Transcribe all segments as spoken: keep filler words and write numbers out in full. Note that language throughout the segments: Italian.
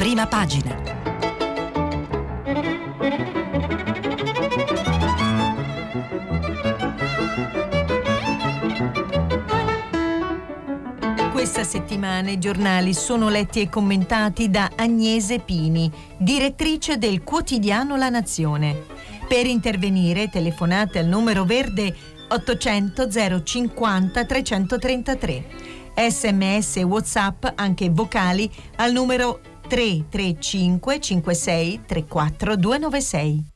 prima pagina. Questa settimana i giornali sono letti e commentati da Agnese Pini, direttrice del quotidiano La Nazione. Per intervenire telefonate al numero verde ottocento zero cinquanta trecentotrentatré. Sms e WhatsApp, anche vocali, al numero tre tre cinque cinque sei tre quattro due nove sei.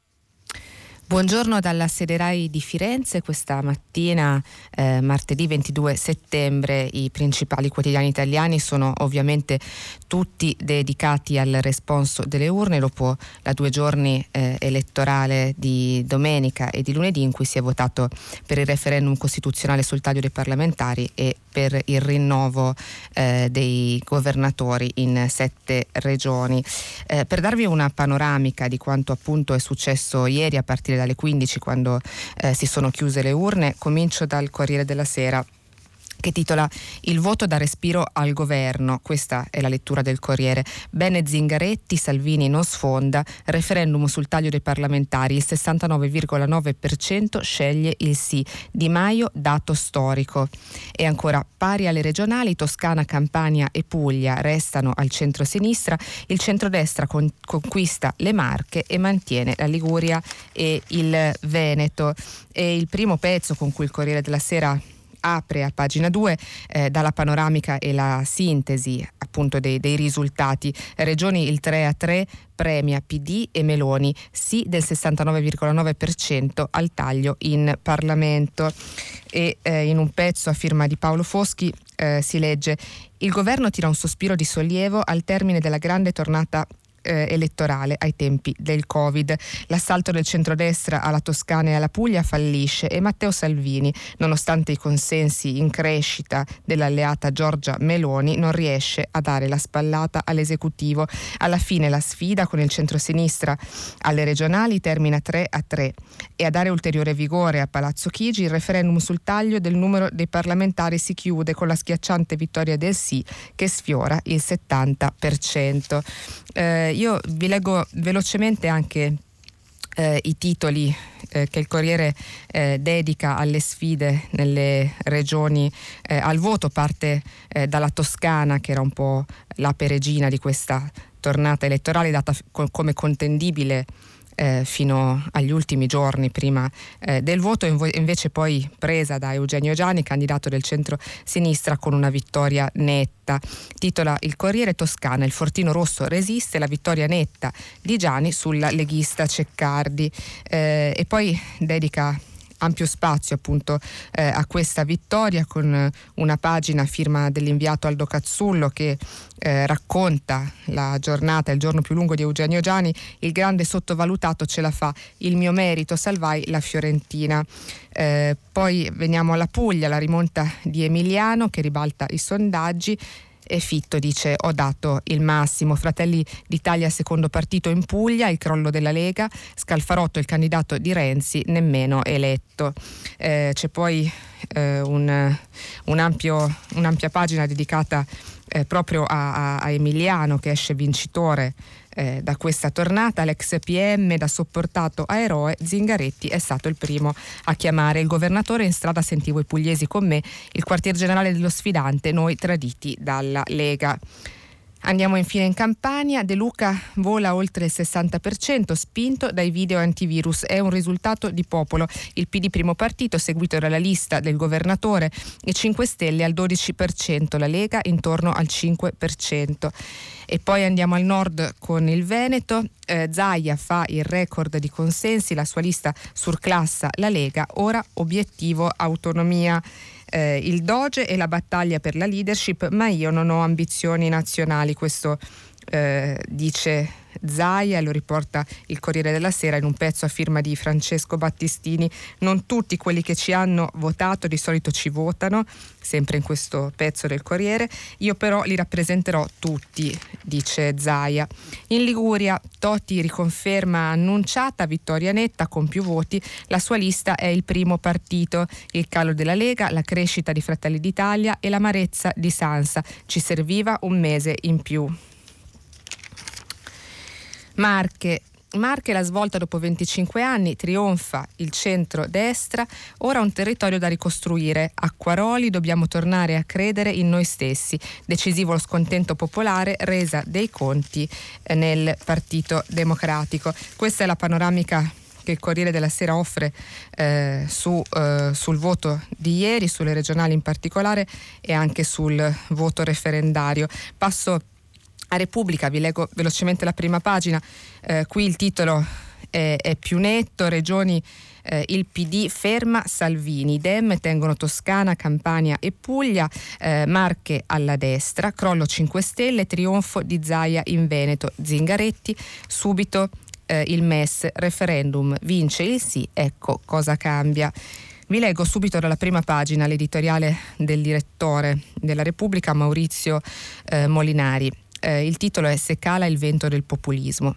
Buongiorno dalla sede RAI di Firenze. Questa mattina, eh, martedì ventidue settembre, i principali quotidiani italiani sono ovviamente tutti dedicati al responso delle urne dopo la due giorni eh, elettorale di domenica e di lunedì, in cui si è votato per il referendum costituzionale sul taglio dei parlamentari e per il rinnovo eh, dei governatori in sette regioni. Eh, per darvi una panoramica di quanto appunto è successo ieri a partire dalle quindici, quando eh, si sono chiuse le urne, comincio dal Corriere della Sera, che titola "Il voto da respiro al governo". Questa è la lettura del Corriere. Bene Zingaretti, Salvini non sfonda, referendum sul taglio dei parlamentari, il sessantanove virgola nove per cento sceglie il sì, Di Maio dato storico. E ancora, pari alle regionali, Toscana, Campania e Puglia restano al centro-sinistra, il centrodestra con- conquista le Marche e mantiene la Liguria e il Veneto. E il primo pezzo con cui il Corriere della Sera apre a pagina due eh, dalla panoramica e la sintesi appunto dei, dei risultati. Regioni il tre a tre premia P D e Meloni, sì del sessantanove virgola nove per cento al taglio in Parlamento. E eh, in un pezzo a firma di Paolo Foschi eh, si legge: il governo tira un sospiro di sollievo al termine della grande tornata Eh, elettorale ai tempi del Covid. L'assalto del centrodestra alla Toscana e alla Puglia fallisce e Matteo Salvini, nonostante i consensi in crescita dell'alleata Giorgia Meloni, non riesce a dare la spallata all'esecutivo. Alla fine la sfida con il centrosinistra alle regionali termina tre a tre e a dare ulteriore vigore a Palazzo Chigi il referendum sul taglio del numero dei parlamentari si chiude con la schiacciante vittoria del sì, che sfiora il settanta per cento. Eh, io vi leggo velocemente anche eh, i titoli eh, che il Corriere eh, dedica alle sfide nelle regioni eh, al voto. Parte eh, dalla Toscana, che era un po' la peregina di questa tornata elettorale, data co- come contendibile Eh, fino agli ultimi giorni prima eh, del voto, invo- invece poi presa da Eugenio Giani, candidato del centro-sinistra, con una vittoria netta. Titola il Corriere: Toscana, il Fortino Rosso resiste, la vittoria netta di Giani sulla leghista Ceccardi. Eh, e poi dedica ampio spazio appunto eh, a questa vittoria, con una pagina a firma dell'inviato Aldo Cazzullo, che eh, racconta la giornata, il giorno più lungo di Eugenio Giani. Il grande sottovalutato ce la fa, il mio merito, salvai la Fiorentina. Eh, poi veniamo alla Puglia, la rimonta di Emiliano che ribalta i sondaggi. E Fitto dice: ho dato il massimo. Fratelli d'Italia secondo partito in Puglia, il crollo della Lega, Scalfarotto il candidato di Renzi, nemmeno eletto. Eh, c'è poi eh, un, un ampio, un'ampia pagina dedicata eh, proprio a, a, a Emiliano, che esce vincitore Eh, da questa tornata. L'ex P M da sopportato a eroe, Zingaretti è stato il primo a chiamare il governatore. In strada sentivo i pugliesi con me, il quartier generale dello sfidante, noi traditi dalla Lega. Andiamo infine in Campania. De Luca vola oltre il sessanta per cento, spinto dai video antivirus. È un risultato di popolo. Il P D primo partito, seguito dalla lista del governatore, e cinque Stelle al dodici per cento, la Lega intorno al cinque per cento. E poi andiamo al nord con il Veneto. Eh, Zaia fa il record di consensi, la sua lista surclassa la Lega, ora obiettivo autonomia. Eh, il Doge e la battaglia per la leadership, ma io non ho ambizioni nazionali. Questo eh, dice Zaia, lo riporta il Corriere della Sera in un pezzo a firma di Francesco Battistini. Non tutti quelli che ci hanno votato di solito ci votano, sempre in questo pezzo del Corriere. Io però li rappresenterò tutti, dice Zaia. In Liguria Toti riconferma annunciata vittoria netta con più voti, la sua lista è il primo partito. Il calo della Lega, la crescita di Fratelli d'Italia e l'amarezza di Sansa, ci serviva un mese in più. Marche. Marche la svolta dopo venticinque anni, trionfa il centro-destra, ora un territorio da ricostruire. Acquaroli, dobbiamo tornare a credere in noi stessi. Decisivo lo scontento popolare, resa dei conti nel Partito Democratico. Questa è la panoramica che il Corriere della Sera offre eh, su, eh, sul voto di ieri, sulle regionali in particolare e anche sul voto referendario. Passo a Repubblica, vi leggo velocemente la prima pagina, eh, qui il titolo è, è più netto, regioni, eh, il P D ferma Salvini, i Dem tengono Toscana, Campania e Puglia, eh, Marche alla destra, crollo cinque Stelle, trionfo di Zaia in Veneto, Zingaretti, subito eh, il M E S, referendum, vince il sì, ecco cosa cambia. Vi leggo subito dalla prima pagina l'editoriale del direttore della Repubblica, Maurizio eh, Molinari. Eh, il titolo è Se cala il vento del populismo.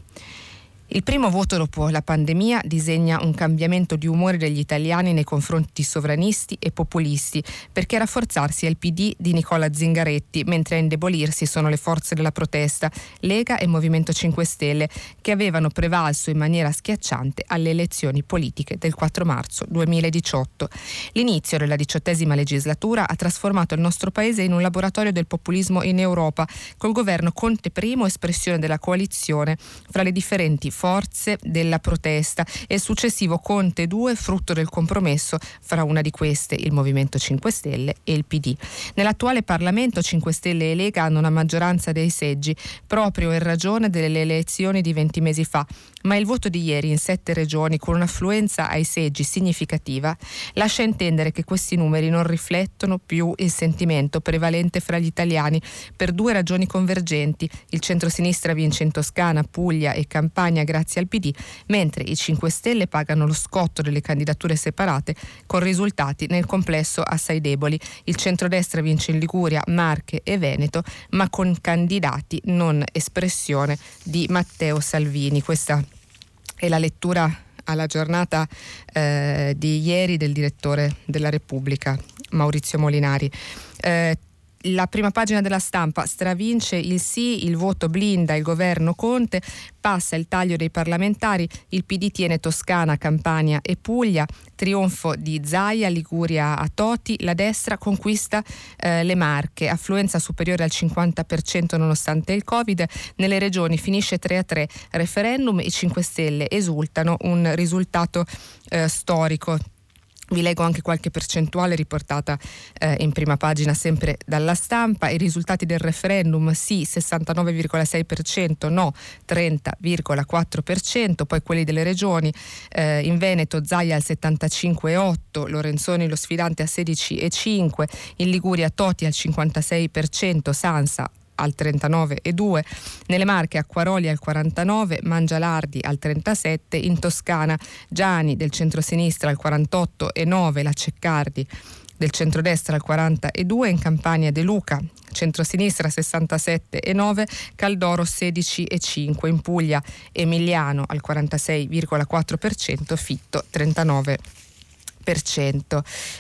Il primo voto dopo la pandemia disegna un cambiamento di umore degli italiani nei confronti sovranisti e populisti, perché a rafforzarsi è il P D di Nicola Zingaretti, mentre a indebolirsi sono le forze della protesta, Lega e Movimento cinque Stelle, che avevano prevalso in maniera schiacciante alle elezioni politiche del quattro marzo duemiladiciotto. L'inizio della diciottesima legislatura ha trasformato il nostro paese in un laboratorio del populismo in Europa, col governo Conte primo espressione della coalizione fra le differenti forze della protesta e il successivo Conte due frutto del compromesso fra una di queste, il Movimento cinque Stelle e il P D. Nell'attuale Parlamento cinque Stelle e Lega hanno una maggioranza dei seggi proprio in ragione delle elezioni di venti mesi fa, ma il voto di ieri in sette regioni con un'affluenza ai seggi significativa lascia intendere che questi numeri non riflettono più il sentimento prevalente fra gli italiani per due ragioni convergenti: il centrosinistra vince in Toscana, Puglia e Campania grazie al P D, mentre i cinque Stelle pagano lo scotto delle candidature separate con risultati nel complesso assai deboli. Il centrodestra vince in Liguria, Marche e Veneto, ma con candidati non espressione di Matteo Salvini. Questa è la lettura alla giornata eh, di ieri del direttore della Repubblica, Maurizio Molinari. Eh, La prima pagina della Stampa: stravince il sì, il voto blinda il governo Conte, passa il taglio dei parlamentari, il P D tiene Toscana, Campania e Puglia, trionfo di Zaia, Liguria a Toti, la destra conquista eh, le Marche, affluenza superiore al cinquanta per cento nonostante il Covid, nelle regioni finisce tre a tre, referendum, i cinque Stelle esultano, un risultato eh, storico. Vi leggo anche qualche percentuale riportata eh, in prima pagina sempre dalla Stampa. I risultati del referendum: sì sessantanove virgola sei per cento, no trenta virgola quattro per cento, poi quelli delle regioni, eh, in Veneto Zaia al settantacinque virgola otto per cento, Lorenzoni lo sfidante a sedici virgola cinque per cento, in Liguria Toti al cinquantasei per cento, Sansa al trentanove virgola due per cento, nelle Marche Acquaroli al quarantanove per cento, Mangialardi al trentasette per cento, in Toscana Giani del centrosinistra al quarantotto virgola nove per cento, la Ceccardi del centrodestra al quaranta virgola due per cento, in Campania De Luca centrosinistra sessantasette virgola nove per cento, Caldoro sedici virgola cinque per cento, in Puglia Emiliano al quarantasei virgola quattro per cento, Fitto trentanove per cento.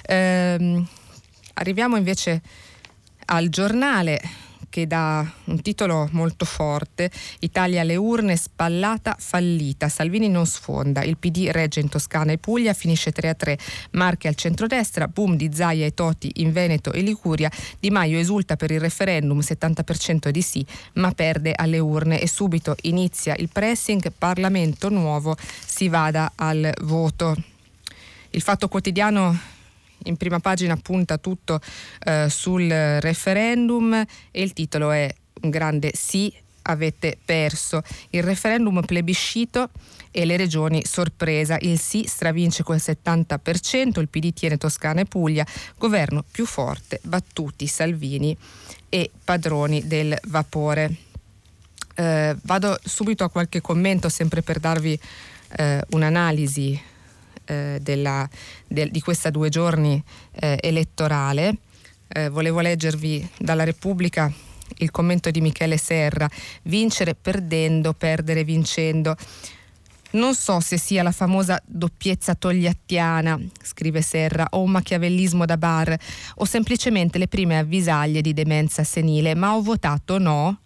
Ehm, arriviamo invece al Giornale, che dà un titolo molto forte: Italia alle urne, spallata fallita, Salvini non sfonda, il P D regge in Toscana e Puglia, finisce tre a tre, Marche al centrodestra, boom di Zaia e Toti in Veneto e Liguria, Di Maio esulta per il referendum, settanta per cento di sì, ma perde alle urne e subito inizia il pressing, Parlamento nuovo, si vada al voto. Il Fatto Quotidiano in prima pagina punta tutto eh, sul referendum e il titolo è un grande sì, avete perso. Il referendum plebiscito e le regioni sorpresa. Il sì stravince col settanta per cento, il P D tiene Toscana e Puglia, governo più forte, battuti Salvini e padroni del vapore. Eh, vado subito a qualche commento, sempre per darvi eh, un'analisi Eh, della, del, di questa due giorni eh, elettorale. Eh, volevo leggervi dalla Repubblica il commento di Michele Serra: vincere perdendo, perdere vincendo. Non so se sia la famosa doppiezza togliattiana, scrive Serra, o un machiavellismo da bar, o semplicemente le prime avvisaglie di demenza senile, ma ho votato no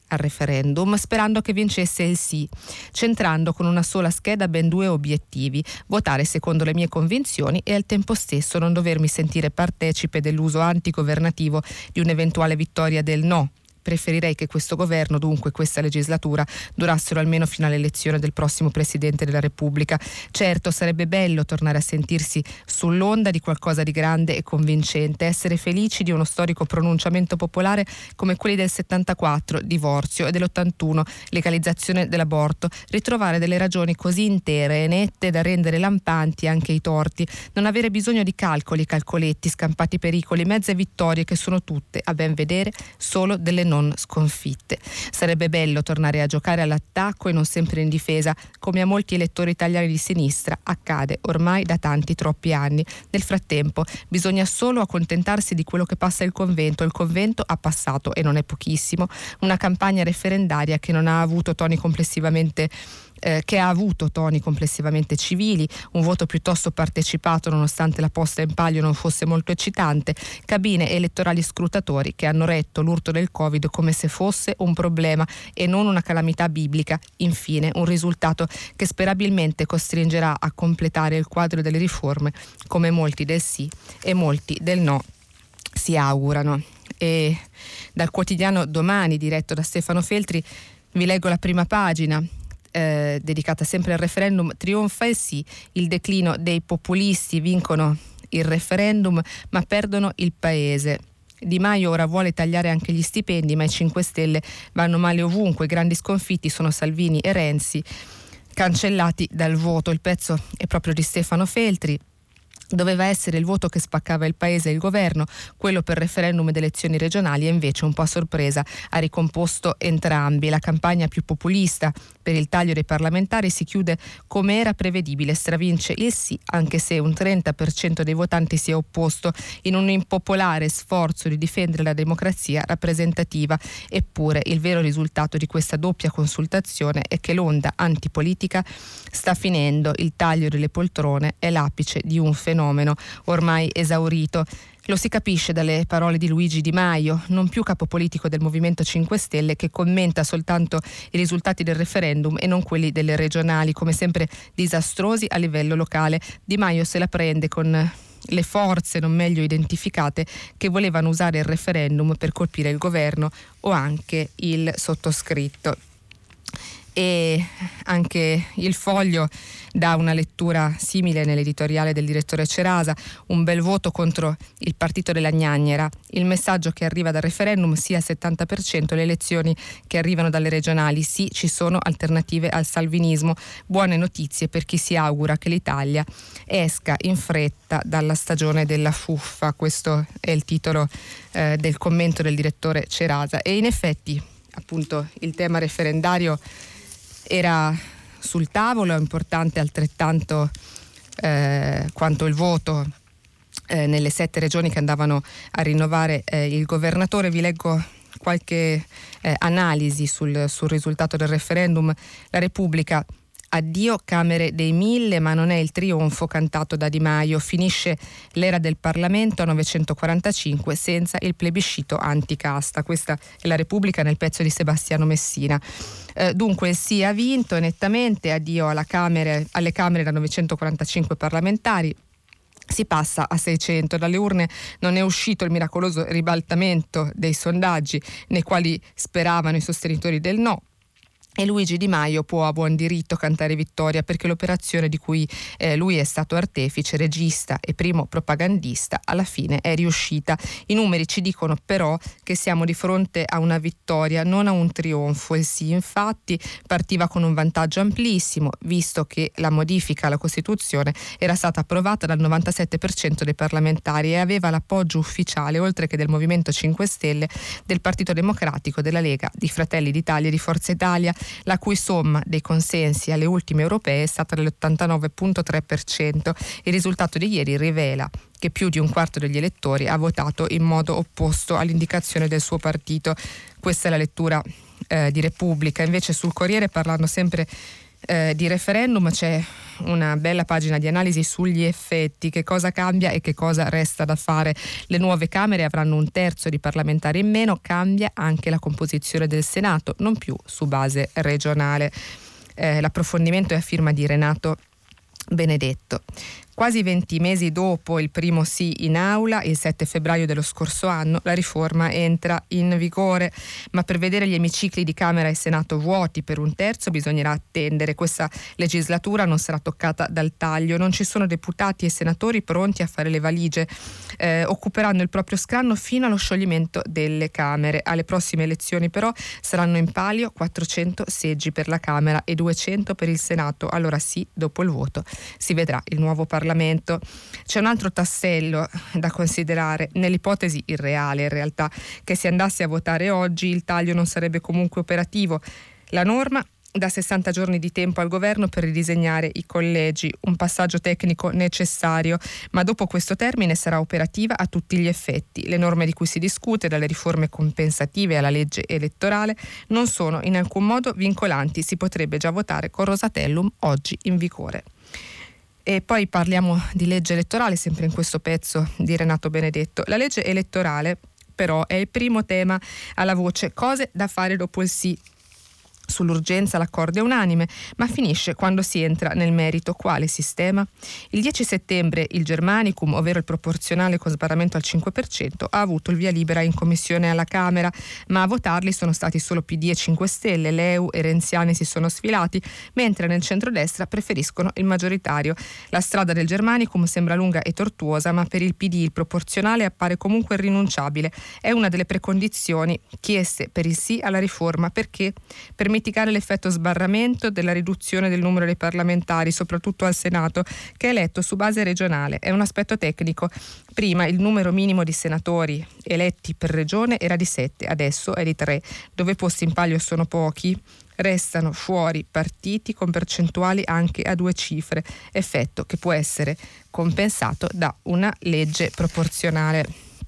al referendum, sperando che vincesse il sì, centrando con una sola scheda ben due obiettivi: votare secondo le mie convinzioni e al tempo stesso non dovermi sentire partecipe dell'uso antigovernativo di un'eventuale vittoria del no. Preferirei che questo governo, dunque questa legislatura, durassero almeno fino all'elezione del prossimo Presidente della Repubblica. Certo, sarebbe bello tornare a sentirsi sull'onda di qualcosa di grande e convincente, essere felici di uno storico pronunciamento popolare come quelli del settantaquattro, divorzio, e dell'ottantuno, legalizzazione dell'aborto, ritrovare delle ragioni così intere e nette da rendere lampanti anche i torti, non avere bisogno di calcoli, calcoletti, scampati pericoli, mezze vittorie che sono tutte, a ben vedere, solo delle non sconfitte. Sarebbe bello tornare a giocare all'attacco e non sempre in difesa, come a molti elettori italiani di sinistra accade ormai da tanti troppi anni. Nel frattempo bisogna solo accontentarsi di quello che passa il convento. Il convento ha passato, e non è pochissimo, una campagna referendaria che non ha avuto toni complessivamente Eh, che ha avuto toni complessivamente civili, un voto piuttosto partecipato nonostante la posta in palio non fosse molto eccitante, cabine elettorali scrutatori che hanno retto l'urto del Covid come se fosse un problema e non una calamità biblica. Infine, un risultato che sperabilmente costringerà a completare il quadro delle riforme, come molti del sì e molti del no si augurano. E dal quotidiano Domani, diretto da Stefano Feltri, vi leggo la prima pagina. Eh, dedicata sempre al referendum. Trionfa il sì, il declino dei populisti, vincono il referendum ma perdono il paese. Di Maio ora vuole tagliare anche gli stipendi, ma i cinque Stelle vanno male ovunque. I grandi sconfitti sono Salvini e Renzi, cancellati dal voto. Il pezzo è proprio di Stefano Feltri. Doveva essere il voto che spaccava il paese e il governo, quello per referendum ed elezioni regionali, e invece un po' a sorpresa ha ricomposto entrambi. La campagna più populista per il taglio dei parlamentari si chiude come era prevedibile, stravince il sì, anche se un trenta per cento dei votanti si è opposto in un impopolare sforzo di difendere la democrazia rappresentativa. Eppure il vero risultato di questa doppia consultazione è che l'onda antipolitica sta finendo. Il taglio delle poltrone è l'apice di un fenomeno ormai esaurito. Lo si capisce dalle parole di Luigi Di Maio, non più capopolitico del Movimento cinque Stelle, che commenta soltanto i risultati del referendum e non quelli delle regionali, come sempre disastrosi a livello locale. Di Maio se la prende con le forze non meglio identificate che volevano usare il referendum per colpire il governo o anche il sottoscritto. E anche il Foglio dà una lettura simile nell'editoriale del direttore Cerasa: un bel voto contro il partito della gnagnera, il messaggio che arriva dal referendum sì al settanta per cento, le elezioni che arrivano dalle regionali sì, ci sono alternative al salvinismo, buone notizie per chi si augura che l'Italia esca in fretta dalla stagione della fuffa. Questo è il titolo eh, del commento del direttore Cerasa. E in effetti appunto il tema referendario era sul tavolo, è importante altrettanto eh, quanto il voto eh, nelle sette regioni che andavano a rinnovare eh, il governatore. Vi leggo qualche eh, analisi sul, sul risultato del referendum. La Repubblica: addio Camere dei Mille, ma non è il trionfo cantato da Di Maio. Finisce l'era del Parlamento a novecentoquarantacinque senza il plebiscito anticasta. Questa è la Repubblica nel pezzo di Sebastiano Messina. Eh, dunque il sì ha vinto nettamente, addio alla Camere, alle Camere da novecentoquarantacinque parlamentari. Si passa a seicento. Dalle urne non è uscito il miracoloso ribaltamento dei sondaggi nei quali speravano i sostenitori del no. E Luigi Di Maio può a buon diritto cantare vittoria, perché l'operazione di cui eh, lui è stato artefice, regista e primo propagandista alla fine è riuscita. I numeri ci dicono però che siamo di fronte a una vittoria, non a un trionfo. Il sì infatti partiva con un vantaggio amplissimo, visto che la modifica alla Costituzione era stata approvata dal novantasette per cento dei parlamentari e aveva l'appoggio ufficiale, oltre che del Movimento cinque Stelle, del Partito Democratico, della Lega, di Fratelli d'Italia e di Forza Italia, la cui somma dei consensi alle ultime europee è stata dell'ottantanove virgola tre per cento. Il risultato di ieri rivela che più di un quarto degli elettori ha votato in modo opposto all'indicazione del suo partito. Questa è la lettura eh, di Repubblica. Invece sul Corriere, parlando sempre eh, di referendum c'è una bella pagina di analisi sugli effetti, che cosa cambia e che cosa resta da fare. Le nuove Camere avranno un terzo di parlamentari in meno, cambia anche la composizione del Senato, non più su base regionale. Eh, l'approfondimento è a firma di Renato Benedetto. Quasi venti mesi dopo il primo sì in aula, il sette febbraio dello scorso anno, la riforma entra in vigore, ma per vedere gli emicicli di Camera e Senato vuoti per un terzo bisognerà attendere. Questa legislatura non sarà toccata dal taglio, non ci sono deputati e senatori pronti a fare le valigie, eh, occuperanno il proprio scranno fino allo scioglimento delle Camere. Alle prossime elezioni però saranno in palio quattrocento seggi per la Camera e duecento per il Senato. Allora sì, dopo il voto si vedrà il nuovo Parlamento. C'è un altro tassello da considerare. Nell'ipotesi irreale, in realtà, che si andasse a votare oggi, il taglio non sarebbe comunque operativo. La norma dà sessanta giorni di tempo al governo per ridisegnare i collegi, un passaggio tecnico necessario, ma dopo questo termine sarà operativa a tutti gli effetti. Le norme di cui si discute, dalle riforme compensative alla legge elettorale, non sono in alcun modo vincolanti. Si potrebbe già votare con Rosatellum oggi in vigore. E poi parliamo di legge elettorale, sempre in questo pezzo di Renato Benedetto. La legge elettorale però è il primo tema alla voce cose da fare dopo il sì. Sull'urgenza l'accordo è unanime, ma finisce quando si entra nel merito. Quale sistema? Il dieci settembre il Germanicum, ovvero il proporzionale con sbarramento al cinque per cento, ha avuto il via libera in commissione alla Camera, ma a votarli sono stati solo P D e cinque Stelle. L'E U e Renziani si sono sfilati, mentre nel centrodestra preferiscono il maggioritario. La strada del Germanicum sembra lunga e tortuosa, ma per il P D il proporzionale appare comunque irrinunciabile. È una delle precondizioni chieste per il sì alla riforma, perché per mitigare l'effetto sbarramento della riduzione del numero dei parlamentari, soprattutto al Senato, che è eletto su base regionale. È un aspetto tecnico. Prima il numero minimo di senatori eletti per regione era di sette, adesso è di tre. Dove posti in palio sono pochi, restano fuori partiti con percentuali anche a due cifre, effetto che può essere compensato da una legge proporzionale.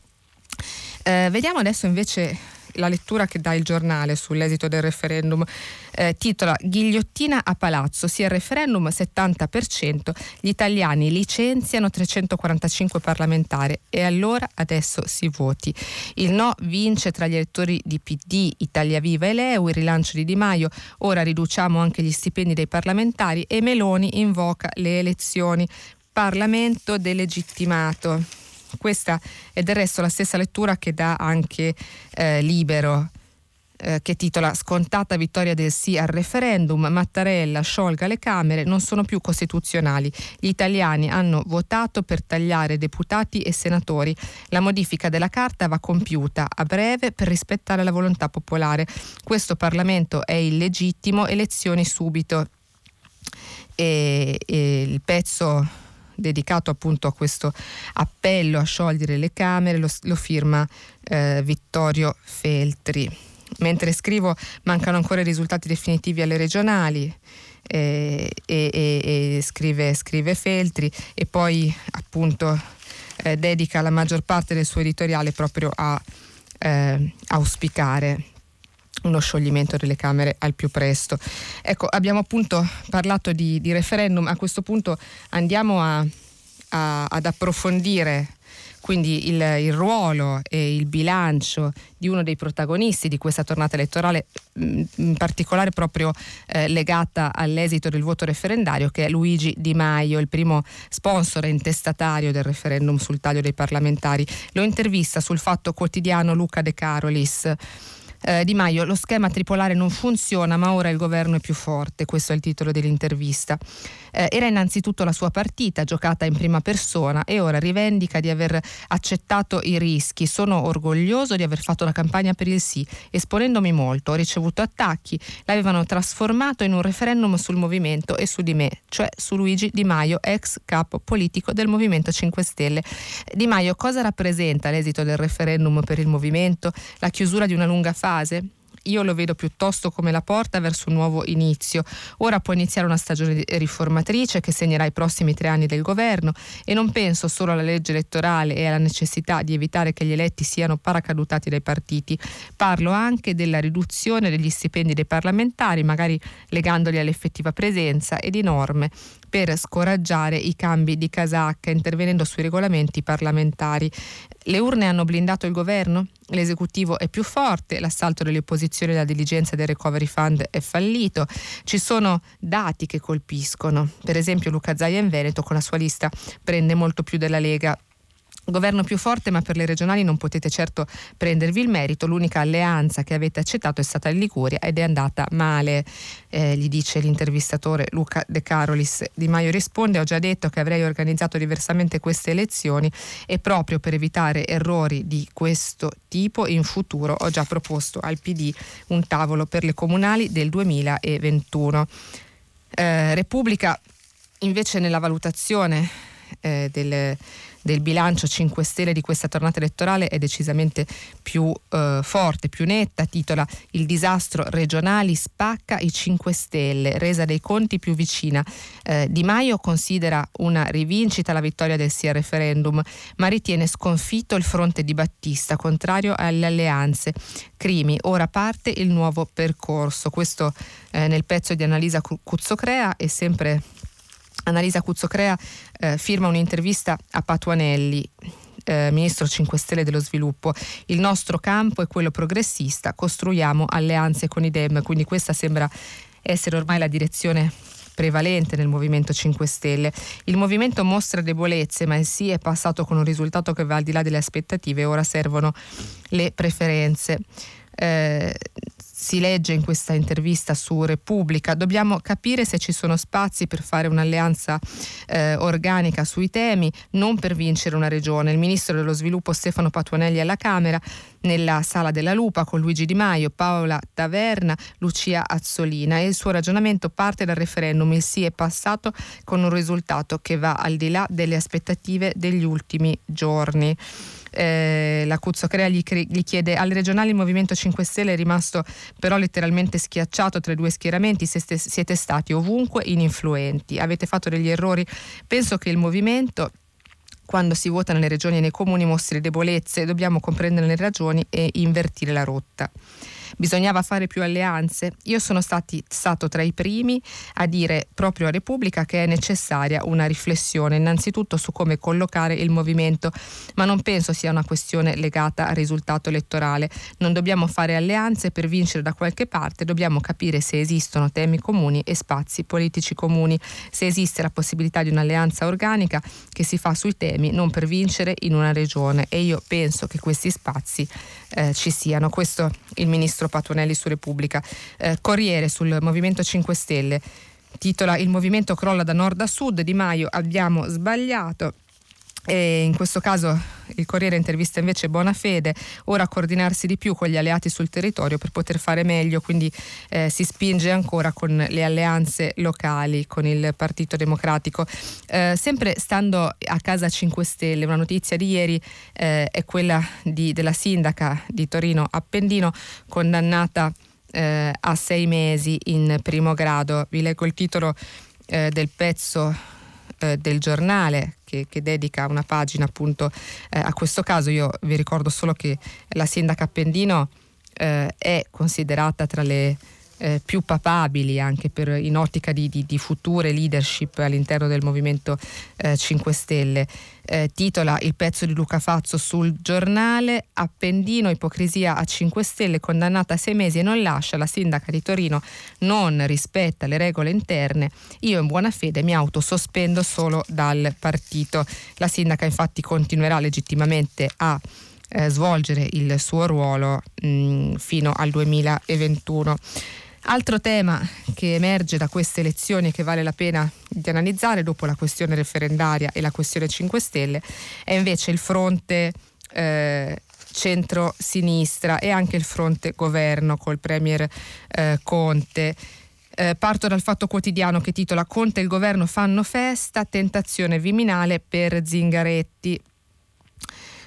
Eh, vediamo adesso invece la lettura che dà il giornale sull'esito del referendum. Eh, titola Ghigliottina a palazzo, sì al referendum settanta per cento, gli italiani licenziano trecentoquarantacinque parlamentari e allora adesso si voti. Il no vince tra gli elettori di P D, Italia Viva e l'E U, il rilancio di Di Maio, ora riduciamo anche gli stipendi dei parlamentari, e Meloni invoca le elezioni. Parlamento delegittimato. Questa è del resto la stessa lettura che dà anche eh, Libero, eh, che titola Scontata vittoria del sì al referendum, Mattarella sciolga le Camere, non sono più costituzionali. Gli italiani hanno votato per tagliare deputati e senatori. La modifica della Carta va compiuta a breve per rispettare la volontà popolare. Questo Parlamento è illegittimo, elezioni subito. E, e il pezzo dedicato appunto a questo appello a sciogliere le Camere lo, lo firma eh, Vittorio Feltri. Mentre scrivo mancano ancora i risultati definitivi alle regionali, eh, e, e, e scrive, scrive Feltri, e poi appunto eh, dedica la maggior parte del suo editoriale proprio a eh, auspicare uno scioglimento delle Camere al più presto. Ecco, abbiamo appunto parlato di, di referendum, a questo punto andiamo a, a, ad approfondire quindi il, il ruolo e il bilancio di uno dei protagonisti di questa tornata elettorale, in particolare proprio eh, legata all'esito del voto referendario, che è Luigi Di Maio, il primo sponsor e intestatario del referendum sul taglio dei parlamentari. Lo intervista sul Fatto Quotidiano Luca De Carolis. Eh, Di Maio, lo schema tripolare non funziona, ma ora il governo è più forte, questo è il titolo dell'intervista. Eh, era innanzitutto la sua partita, giocata in prima persona, e ora rivendica di aver accettato i rischi. Sono orgoglioso di aver fatto la campagna per il sì, esponendomi molto, ho ricevuto attacchi, l'avevano trasformato in un referendum sul movimento e su di me, cioè su Luigi Di Maio, ex capo politico del Movimento cinque Stelle. Di Maio, cosa rappresenta l'esito del referendum per il movimento? La chiusura di una lunga fase? Io lo vedo piuttosto come la porta verso un nuovo inizio. Ora può iniziare una stagione riformatrice che segnerà i prossimi tre anni del governo, e non penso solo alla legge elettorale e alla necessità di evitare che gli eletti siano paracadutati dai partiti. Parlo anche della riduzione degli stipendi dei parlamentari, magari legandoli all'effettiva presenza, e di norme per scoraggiare i cambi di casacca, intervenendo sui regolamenti parlamentari. Le urne hanno blindato il governo? L'esecutivo è più forte, l'assalto delle opposizioni e la diligenza del recovery fund è fallito. Ci sono dati che colpiscono. Per esempio Luca Zaia in Veneto con la sua lista prende molto più della Lega. Governo più forte, ma per le regionali non potete certo prendervi il merito. L'unica alleanza che avete accettato è stata in Liguria ed è andata male, eh, gli dice l'intervistatore Luca De Carolis. Di Maio risponde: ho già detto che avrei organizzato diversamente queste elezioni e proprio per evitare errori di questo tipo in futuro ho già proposto al P D un tavolo per le comunali del duemilaventuno. Eh, Repubblica invece nella valutazione eh, del del bilancio cinque Stelle di questa tornata elettorale è decisamente più eh, forte, più netta. Titola: il disastro regionali spacca i cinque Stelle, resa dei conti più vicina. eh, Di Maio considera una rivincita la vittoria del sì al referendum, ma ritiene sconfitto il fronte di Battista, contrario alle alleanze. Crimi, ora parte il nuovo percorso. Questo eh, nel pezzo di Annalisa Cuzzocrea. E sempre Annalisa Cuzzocrea eh, firma un'intervista a Patuanelli, eh, ministro cinque Stelle dello sviluppo. Il nostro campo è quello progressista, costruiamo alleanze con i Dem. Quindi questa sembra essere ormai la direzione prevalente nel Movimento cinque Stelle. Il movimento mostra debolezze, ma il sì è passato con un risultato che va al di là delle aspettative. Ora servono le preferenze. Eh, si legge in questa intervista su Repubblica: dobbiamo capire se ci sono spazi per fare un'alleanza eh, organica sui temi, non per vincere una regione. Il ministro dello sviluppo Stefano Patuanelli alla Camera, nella Sala della Lupa, con Luigi Di Maio, Paola Taverna, Lucia Azzolina, e il suo ragionamento parte dal referendum. Il sì è passato con un risultato che va al di là delle aspettative degli ultimi giorni. Eh, la Cuzzocrea gli, gli chiede: alle regionali il Movimento cinque Stelle è rimasto però letteralmente schiacciato tra i due schieramenti, siete, siete stati ovunque ininfluenti, avete fatto degli errori. Penso che il movimento, quando si vota nelle regioni e nei comuni, mostri debolezze, dobbiamo comprendere le ragioni e invertire la rotta. Bisognava fare più alleanze? Io sono stati, stato tra i primi a dire proprio a Repubblica che è necessaria una riflessione innanzitutto su come collocare il movimento, ma non penso sia una questione legata al risultato elettorale. Non dobbiamo fare alleanze per vincere da qualche parte, dobbiamo capire se esistono temi comuni e spazi politici comuni, se esiste la possibilità di un'alleanza organica che si fa sui temi, non per vincere in una regione, e io penso che questi spazi eh, ci siano. Questo il ministro Patuanelli su Repubblica. Eh, Corriere sul Movimento cinque Stelle titola: il movimento crolla da nord a sud, Di Maio abbiamo sbagliato. E in questo caso il Corriere intervista invece Bonafede: ora coordinarsi di più con gli alleati sul territorio per poter fare meglio, quindi eh, si spinge ancora con le alleanze locali con il Partito Democratico. Eh, sempre stando a casa cinque Stelle, una notizia di ieri eh, è quella di, della sindaca di Torino Appendino, condannata eh, a sei mesi in primo grado. Vi leggo il titolo eh, del pezzo eh, del giornale che, che dedica una pagina appunto eh, a questo caso. Io vi ricordo solo che la sindaca Appendino eh, è considerata tra le Eh, più papabili anche per, in ottica di, di, di future leadership all'interno del Movimento eh, cinque Stelle. Eh, titola il pezzo di Luca Fazzo sul giornale: Appendino, ipocrisia a cinque Stelle, condannata a sei mesi e non lascia, la sindaca di Torino non rispetta le regole interne, io in buona fede mi autosospendo solo dal partito. La sindaca infatti continuerà legittimamente a eh, svolgere il suo ruolo mh, fino al duemilaventuno. Altro tema che emerge da queste elezioni e che vale la pena di analizzare dopo la questione referendaria e la questione cinque Stelle è invece il fronte eh, centro-sinistra e anche il fronte governo col premier eh, Conte. Eh, parto dal Fatto Quotidiano che titola: Conte e il governo fanno festa, tentazione viminale per Zingaretti.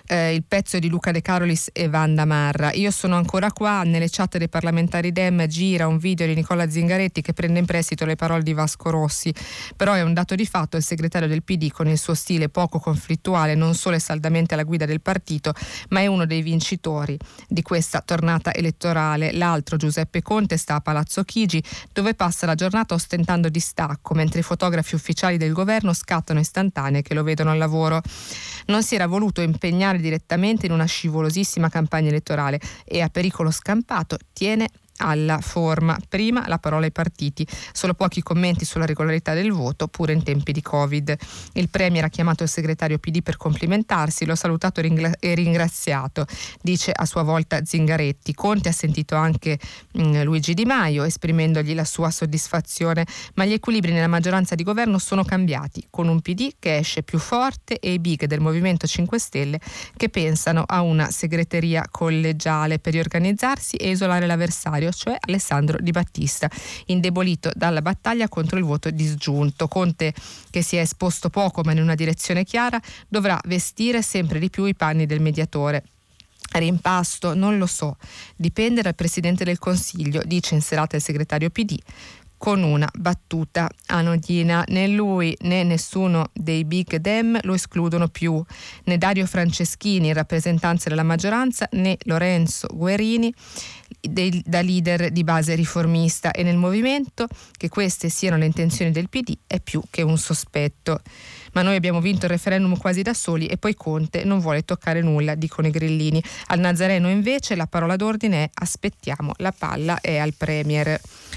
Eh, il pezzo è di Luca De Carolis e Wanda Marra. Io sono ancora qua, nelle chat dei parlamentari Dem gira un video di Nicola Zingaretti che prende in prestito le parole di Vasco Rossi, però è un dato di fatto: il segretario del P D, con il suo stile poco conflittuale, non solo è saldamente alla guida del partito, ma è uno dei vincitori di questa tornata elettorale. L'altro, Giuseppe Conte, sta a Palazzo Chigi, dove passa la giornata ostentando distacco, mentre i fotografi ufficiali del governo scattano istantanee che lo vedono al lavoro. Non si era voluto impegnare direttamente in una scivolosissima campagna elettorale e, a pericolo scampato, tiene alla forma. Prima la parola ai partiti, solo pochi commenti sulla regolarità del voto, pure in tempi di Covid. Il Premier ha chiamato il segretario P D per complimentarsi, lo ha salutato e ringraziato, dice a sua volta Zingaretti. Conte ha sentito anche mh, Luigi Di Maio, esprimendogli la sua soddisfazione, ma gli equilibri nella maggioranza di governo sono cambiati, con un P D che esce più forte e i big del Movimento cinque Stelle che pensano a una segreteria collegiale per riorganizzarsi e isolare l'avversario, cioè Alessandro Di Battista, indebolito dalla battaglia contro il voto disgiunto. Conte, che si è esposto poco ma in una direzione chiara, dovrà vestire sempre di più i panni del mediatore. Rimpasto? Non lo so, dipende dal Presidente del Consiglio, dice in serata il segretario P D, con una battuta anodina. Né lui né nessuno dei big dem lo escludono più, né Dario Franceschini in rappresentanza della maggioranza, né Lorenzo Guerini dei, da leader di base riformista, e nel movimento che queste siano le intenzioni del P D è più che un sospetto. Ma noi abbiamo vinto il referendum quasi da soli e poi Conte non vuole toccare nulla, dicono i grillini. Al Nazareno invece la parola d'ordine è: aspettiamo, la palla è al Premier.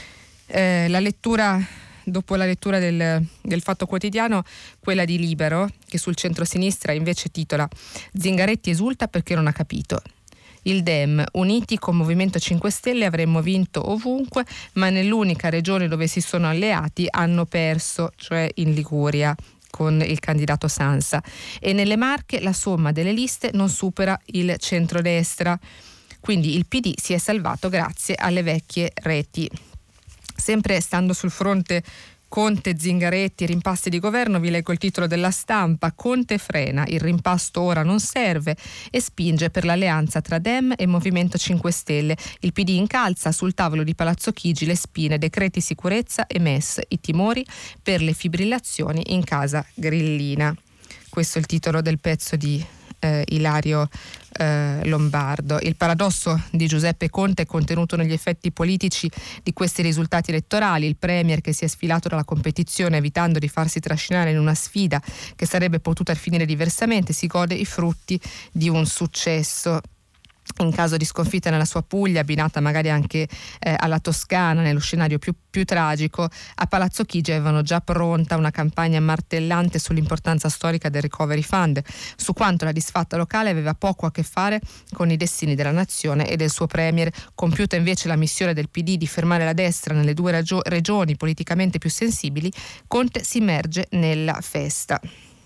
Eh, la lettura, dopo la lettura del, del Fatto Quotidiano, quella di Libero, che sul centro-sinistra invece titola: Zingaretti esulta perché non ha capito. Il Dem, uniti con Movimento cinque Stelle avremmo vinto ovunque, ma nell'unica regione dove si sono alleati hanno perso, cioè in Liguria, con il candidato Sansa, e nelle Marche la somma delle liste non supera il centrodestra. Quindi il P D si è salvato grazie alle vecchie reti. Sempre stando sul fronte Conte, Zingaretti, rimpasti di governo, vi leggo il titolo della Stampa: Conte frena, il rimpasto ora non serve, e spinge per l'alleanza tra Dem e Movimento cinque Stelle. Il P D incalza sul tavolo di Palazzo Chigi le spine, decreti sicurezza e M E S, i timori per le fibrillazioni in casa grillina. Questo è il titolo del pezzo di eh, Ilario eh, Lombardo. Il paradosso di Giuseppe Conte è contenuto negli effetti politici di questi risultati elettorali. Il Premier, che si è sfilato dalla competizione evitando di farsi trascinare in una sfida che sarebbe potuta finire diversamente, si gode i frutti di un successo. In caso di sconfitta nella sua Puglia, abbinata magari anche eh, alla Toscana, nello scenario più, più tragico, a Palazzo Chigi avevano già pronta una campagna martellante sull'importanza storica del Recovery Fund, su quanto la disfatta locale aveva poco a che fare con i destini della nazione e del suo Premier. Compiuta invece la missione del P D di fermare la destra nelle due ragio- regioni politicamente più sensibili, Conte si immerge nella festa.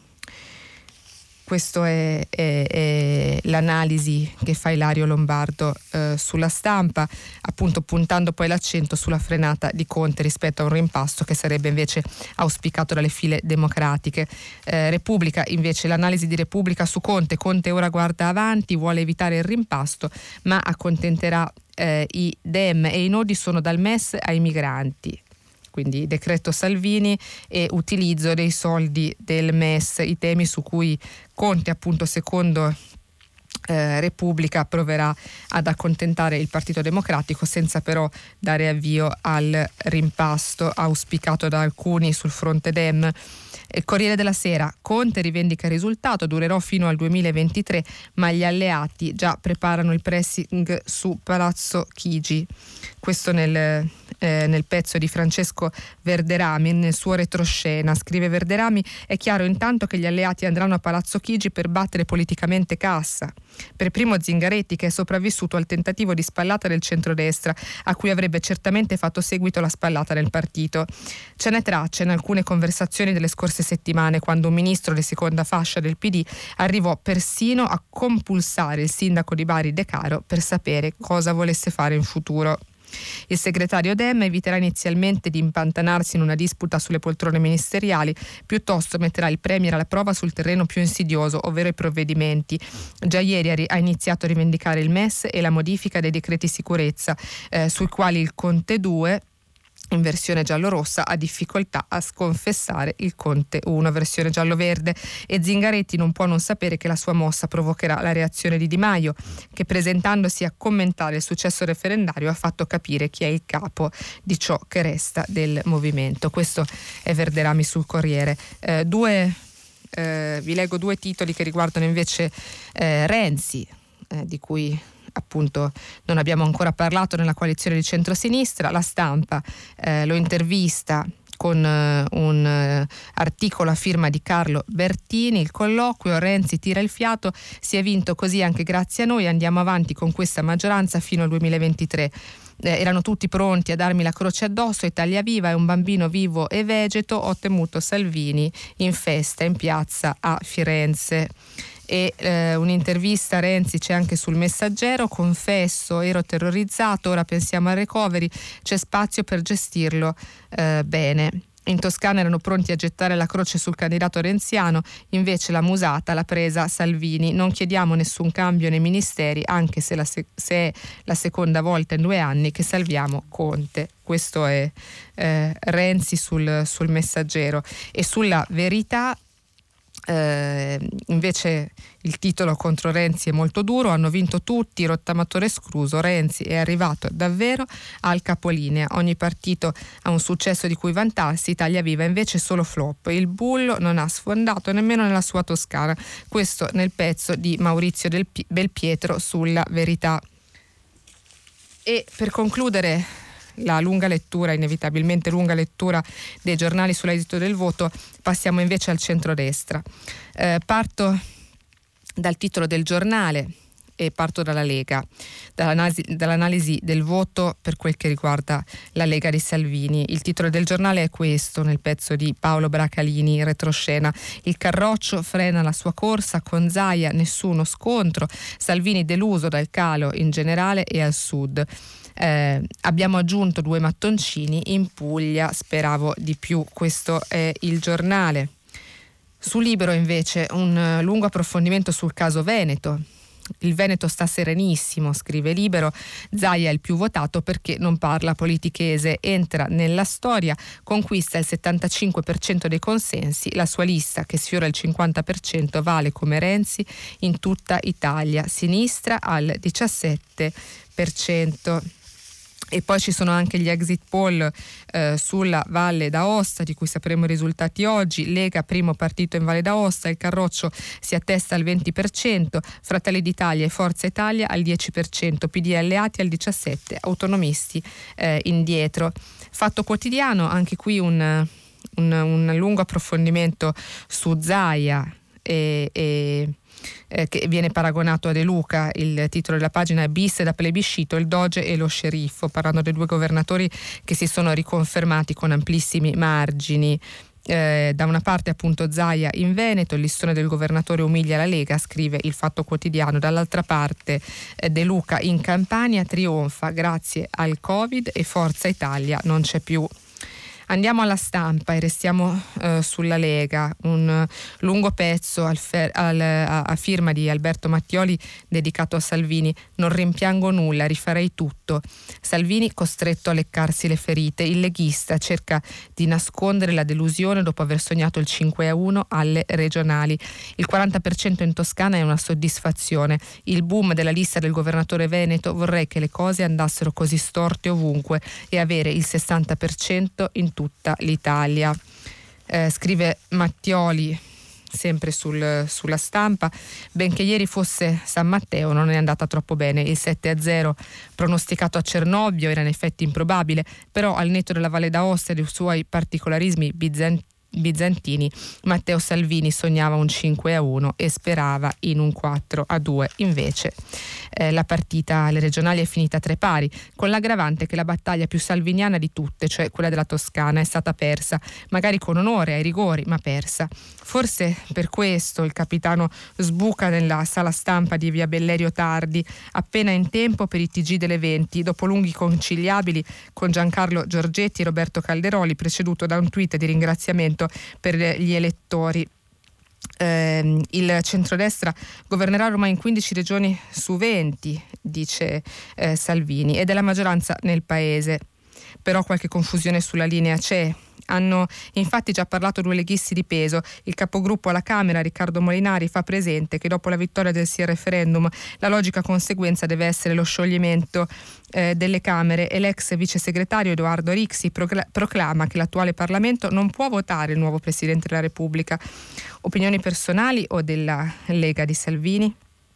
Questa è, è, è l'analisi che fa Ilario Lombardo eh, sulla Stampa, appunto puntando poi l'accento sulla frenata di Conte rispetto a un rimpasto che sarebbe invece auspicato dalle file democratiche. Eh, Repubblica invece, l'analisi di Repubblica su Conte: Conte ora guarda avanti, vuole evitare il rimpasto, ma accontenterà eh, i Dem, e i nodi sono dal M E S ai migranti. Quindi decreto Salvini e utilizzo dei soldi del M E S, i temi su cui Conte, appunto secondo eh, Repubblica, proverà ad accontentare il Partito Democratico, senza però dare avvio al rimpasto auspicato da alcuni sul fronte Dem. Il Corriere della Sera: Conte rivendica il risultato, durerò fino al duemilaventitré, ma gli alleati già preparano il pressing su Palazzo Chigi. Questo nel, eh, nel pezzo di Francesco Verderami, nel suo retroscena. Scrive Verderami: è chiaro intanto che gli alleati andranno a Palazzo Chigi per battere politicamente cassa. Per primo Zingaretti, che è sopravvissuto al tentativo di spallata del centrodestra, a cui avrebbe certamente fatto seguito la spallata del partito. Ce n'è traccia in alcune conversazioni delle scorse settimane, quando un ministro di seconda fascia del P D arrivò persino a compulsare il sindaco di Bari De Caro per sapere cosa volesse fare in futuro. Il segretario Dem eviterà inizialmente di impantanarsi in una disputa sulle poltrone ministeriali, piuttosto metterà il Premier alla prova sul terreno più insidioso, ovvero i provvedimenti. Già ieri ha iniziato a rivendicare il M E S e la modifica dei decreti sicurezza, eh, sui quali il Conte due, in versione giallo-rossa, ha difficoltà a sconfessare il Conte uno, versione giallo-verde, e Zingaretti non può non sapere che la sua mossa provocherà la reazione di Di Maio, che presentandosi a commentare il successo referendario ha fatto capire chi è il capo di ciò che resta del movimento. Questo è Verderami sul Corriere. Eh, due, eh, vi leggo due titoli che riguardano invece eh, Renzi, eh, di cui appunto non abbiamo ancora parlato nella coalizione di centrosinistra. La Stampa eh, lo intervista con eh, un eh, articolo a firma di Carlo Bertini. Il colloquio: Renzi tira il fiato, si è vinto così anche grazie a noi, andiamo avanti con questa maggioranza fino al duemilaventitré. Eh, erano tutti pronti a darmi la croce addosso, Italia Viva è un bambino vivo e vegeto, ho temuto Salvini in festa in piazza a Firenze. E eh, un'intervista a Renzi c'è anche sul Messaggero: confesso, ero terrorizzato, ora pensiamo al recovery, c'è spazio per gestirlo eh, bene. In Toscana erano pronti a gettare la croce sul candidato renziano, invece la musata l'ha presa Salvini. Non chiediamo nessun cambio nei ministeri, anche se, la se-, se è la seconda volta in due anni che salviamo Conte. Questo è eh, Renzi sul, sul Messaggero. E sulla Verità, Eh, invece il titolo contro Renzi è molto duro: hanno vinto tutti, rottamatore escluso, Renzi è arrivato davvero al capolinea, ogni partito ha un successo di cui vantarsi, Italia Viva invece solo flop, il bullo non ha sfondato nemmeno nella sua Toscana. Questo nel pezzo di Maurizio Del P- Belpietro sulla Verità. E per concludere la lunga lettura, inevitabilmente lunga lettura dei giornali sull'esito del voto, passiamo invece al centrodestra. Eh, parto dal titolo del giornale e parto dalla Lega, dall'analisi, dall'analisi del voto per quel che riguarda la Lega di Salvini. Il titolo del giornale è questo, nel pezzo di Paolo Bracalini, in retroscena: il Carroccio frena la sua corsa, con Zaia nessuno scontro, Salvini deluso dal calo in generale e al sud. Eh, abbiamo aggiunto due mattoncini, in Puglia speravo di più. Questo è il giornale. Su Libero invece un lungo approfondimento sul caso Veneto. Il Veneto sta serenissimo, scrive Libero, Zaia è il più votato perché non parla politichese, entra nella storia, conquista il settantacinque per cento dei consensi, la sua lista che sfiora il cinquanta per cento vale come Renzi in tutta Italia, sinistra al diciassette per cento. E poi ci sono anche gli exit poll eh, sulla Valle d'Aosta, di cui sapremo i risultati oggi. Lega primo partito in Valle d'Aosta, il Carroccio si attesta al venti per cento, Fratelli d'Italia e Forza Italia al dieci per cento, P D alleati al diciassette per cento, autonomisti eh, indietro. Fatto Quotidiano, anche qui un, un, un lungo approfondimento su Zaia e... e Eh, che viene paragonato a De Luca. Il titolo della pagina è bis da plebiscito, il Doge e lo sceriffo, parlando dei due governatori che si sono riconfermati con amplissimi margini. Eh, da una parte appunto Zaia in Veneto, il listone del governatore umilia la Lega, scrive il Fatto Quotidiano. Dall'altra parte eh, De Luca in Campania trionfa grazie al Covid e Forza Italia non c'è più. Andiamo alla Stampa e restiamo eh, sulla Lega, un uh, lungo pezzo al fer- al, a, a firma di Alberto Mattioli dedicato a Salvini. Non rimpiango nulla, rifarei tutto. Salvini costretto a leccarsi le ferite, il leghista cerca di nascondere la delusione dopo aver sognato il cinque a uno alle regionali. Il quaranta per cento in Toscana è una soddisfazione, il boom della lista del governatore veneto, vorrei che le cose andassero così storte ovunque e avere il sessanta per cento in tutta l'Italia. Eh, scrive Mattioli sempre sul, sulla Stampa, benché ieri fosse San Matteo non è andata troppo bene, il sette a zero pronosticato a Cernobbio era in effetti improbabile, però al netto della Valle d'Aosta e dei suoi particolarismi bizantini bizantini, Matteo Salvini sognava un cinque a uno e sperava in un quattro a due. Invece eh, la partita alle regionali è finita a tre pari, con l'aggravante che la battaglia più salviniana di tutte, cioè quella della Toscana, è stata persa, magari con onore ai rigori, ma persa. Forse per questo il capitano sbuca nella sala stampa di via Bellerio tardi, appena in tempo per i T G delle venti, dopo lunghi conciliabili con Giancarlo Giorgetti e Roberto Calderoli, preceduto da un tweet di ringraziamento per gli elettori. Eh, il centrodestra governerà ormai in quindici regioni su venti, dice eh, Salvini, ed è la maggioranza nel paese. Però qualche confusione sulla linea c'è. Hanno infatti già parlato due leghisti di peso. Il capogruppo alla Camera, Riccardo Molinari, fa presente che dopo la vittoria del sì al referendum la logica conseguenza deve essere lo scioglimento eh, delle Camere, e l'ex vice segretario Edoardo Rixi procl- proclama che l'attuale Parlamento non può votare il nuovo Presidente della Repubblica. Opinioni personali o della Lega di Salvini?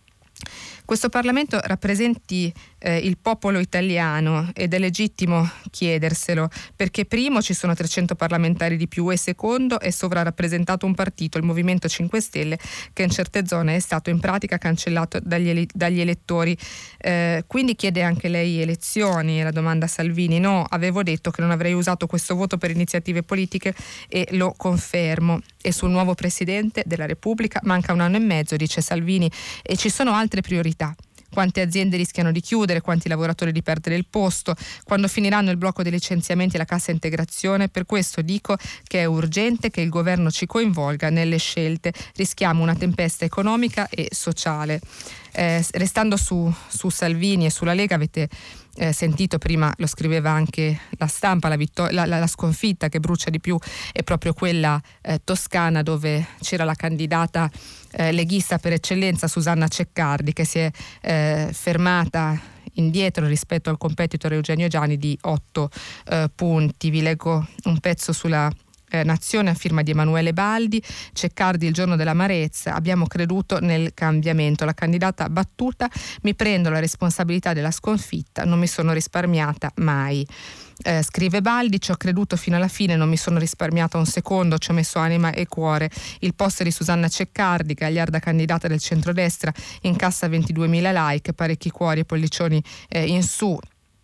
Questo Parlamento rappresenti eh, il popolo italiano ed è legittimo chiederselo, perché primo ci sono trecento parlamentari di più e secondo è sovrarappresentato un partito, il Movimento cinque Stelle, che in certe zone è stato in pratica cancellato dagli, ele- dagli elettori. Eh, quindi chiede anche lei elezioni? La domanda a Salvini. No, avevo detto che non avrei usato questo voto per iniziative politiche e lo confermo. E sul nuovo Presidente della Repubblica manca un anno e mezzo, dice Salvini, e ci sono altre priorità. Quante aziende rischiano di chiudere, quanti lavoratori di perdere il posto, quando finiranno il blocco dei licenziamenti e la cassa integrazione. Per questo dico che è urgente che il governo ci coinvolga nelle scelte. Rischiamo una tempesta economica e sociale. Eh, restando su, su Salvini e sulla Lega, avete eh, sentito prima, lo scriveva anche la stampa, la, vittor- la, la, la sconfitta che brucia di più è proprio quella eh, toscana, dove c'era la candidata eh, leghista per eccellenza Susanna Ceccardi, che si è eh, fermata indietro rispetto al competitor Eugenio Giani di otto eh, punti. Vi leggo un pezzo sulla Nazione a firma di Emanuele Baldi. Ceccardi, il giorno dell'amarezza: abbiamo creduto nel cambiamento, la candidata battuta, mi prendo la responsabilità della sconfitta, non mi sono risparmiata mai. Eh, scrive Baldi, ci ho creduto fino alla fine, non mi sono risparmiata un secondo, ci ho messo anima e cuore. Il post di Susanna Ceccardi, gagliarda candidata del centrodestra, incassa ventiduemila like, parecchi cuori e pollicioni eh, in su.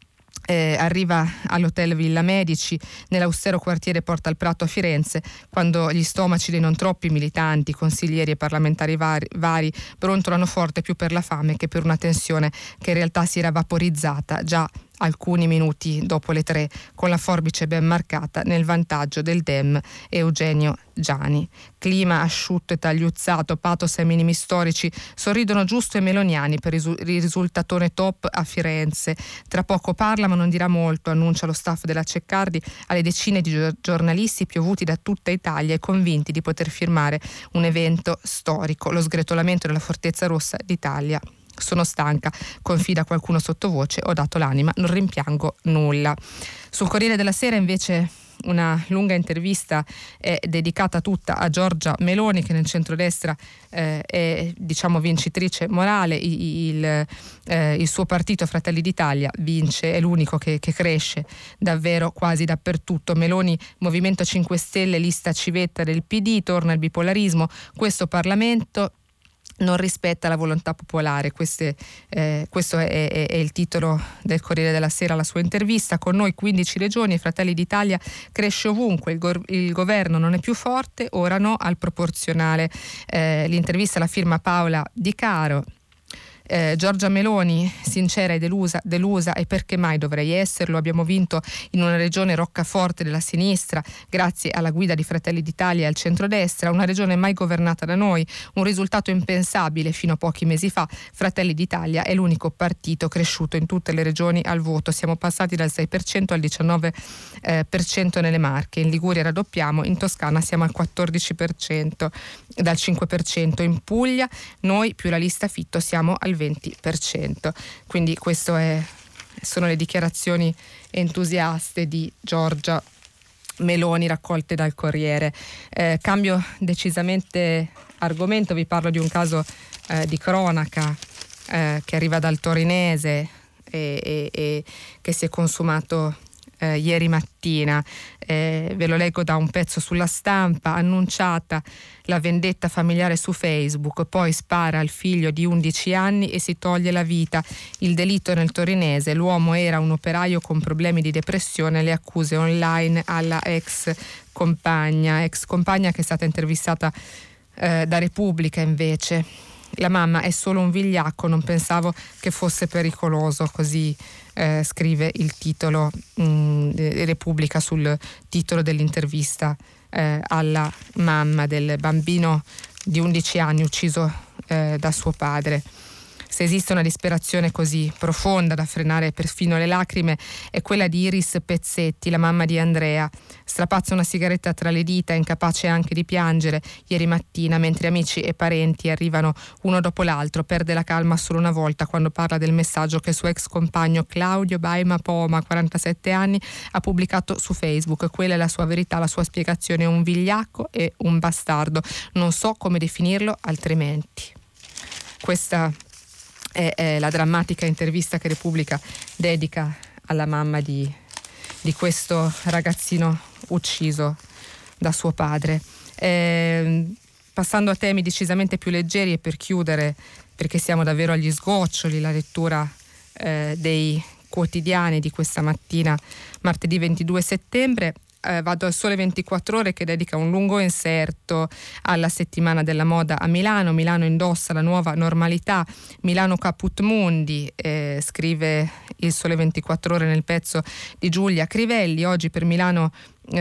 Eh, arriva all'hotel Villa Medici, nell'austero quartiere Porta al Prato a Firenze, quando gli stomaci dei non troppi militanti, consiglieri e parlamentari vari, vari brontolano forte più per la fame che per una tensione che in realtà si era vaporizzata già alcuni minuti dopo le tre, con la forbice ben marcata nel vantaggio del Dem Eugenio Giani. Clima asciutto e tagliuzzato, pathos ai minimi storici, sorridono Giusto e Meloniani per il risultatone top a Firenze. Tra poco parla ma non dirà molto, annuncia lo staff della Ceccardi alle decine di giornalisti piovuti da tutta Italia e convinti di poter firmare un evento storico, lo sgretolamento della Fortezza Rossa d'Italia. Sono stanca, confida qualcuno sottovoce, ho dato l'anima, non rimpiango nulla. Sul Corriere della Sera invece una lunga intervista è dedicata tutta a Giorgia Meloni, che nel centrodestra eh, è, diciamo, vincitrice morale. Il, eh, il suo partito Fratelli d'Italia vince, è l'unico che, che cresce davvero quasi dappertutto. Meloni, Movimento cinque Stelle, lista civetta del P D, torna il bipolarismo, questo Parlamento non rispetta la volontà popolare. Queste, eh, questo è, è, è il titolo del Corriere della Sera, la sua intervista. Con noi quindici regioni e Fratelli d'Italia cresce ovunque, il, go- il governo non è più forte, ora no al proporzionale. Eh, l'intervista la firma Paola Di Caro. Eh, Giorgia Meloni, sincera e delusa, delusa, e perché mai dovrei esserlo? Abbiamo vinto in una regione roccaforte della sinistra, grazie alla guida di Fratelli d'Italia e al centrodestra, una regione mai governata da noi, un risultato impensabile fino a pochi mesi fa. Fratelli d'Italia è l'unico partito cresciuto in tutte le regioni al voto, siamo passati dal sei per cento al diciannove per cento eh, nelle Marche, in Liguria raddoppiamo, in Toscana siamo al quattordici per cento, dal cinque per cento in Puglia, noi più la lista Fitto siamo al venti per cento. Quindi queste sono le dichiarazioni entusiaste di Giorgia Meloni raccolte dal Corriere. Eh, cambio decisamente argomento, vi parlo di un caso eh, di cronaca eh, che arriva dal Torinese e, e, e che si è consumato eh, ieri mattina. Eh, ve lo leggo da un pezzo sulla Stampa. Annunciata la vendetta familiare su Facebook, poi spara al figlio di undici anni e si toglie la vita. Il delitto nel torinese, l'uomo era un operaio con problemi di depressione, le accuse online alla ex compagna, ex compagna che è stata intervistata eh, da Repubblica invece. La mamma è solo un vigliacco, non pensavo che fosse pericoloso, così eh, scrive il titolo mh, Repubblica sul titolo dell'intervista eh, alla mamma del bambino di undici anni ucciso eh, da suo padre. Se esiste una disperazione così profonda da frenare perfino le lacrime, è quella di Iris Pezzetti, la mamma di Andrea. Strapazza una sigaretta tra le dita, incapace anche di piangere, ieri mattina, mentre amici e parenti arrivano uno dopo l'altro. Perde la calma solo una volta quando parla del messaggio che il suo ex compagno Claudio Baima Poma, quarantasette anni, ha pubblicato su Facebook. Quella è la sua verità, la sua spiegazione: un vigliacco e un bastardo. Non so come definirlo altrimenti. Questa è, è la drammatica intervista che Repubblica dedica alla mamma di, di questo ragazzino ucciso da suo padre. Eh, passando a temi decisamente più leggeri, e per chiudere, perché siamo davvero agli sgoccioli, la lettura eh, dei quotidiani di questa mattina, martedì ventidue settembre. Eh, vado al Sole ventiquattro Ore, che dedica un lungo inserto alla settimana della moda a Milano. Milano indossa la nuova normalità, Milano caput mundi, eh, scrive il Sole ventiquattro Ore nel pezzo di Giulia Crivelli. Oggi per Milano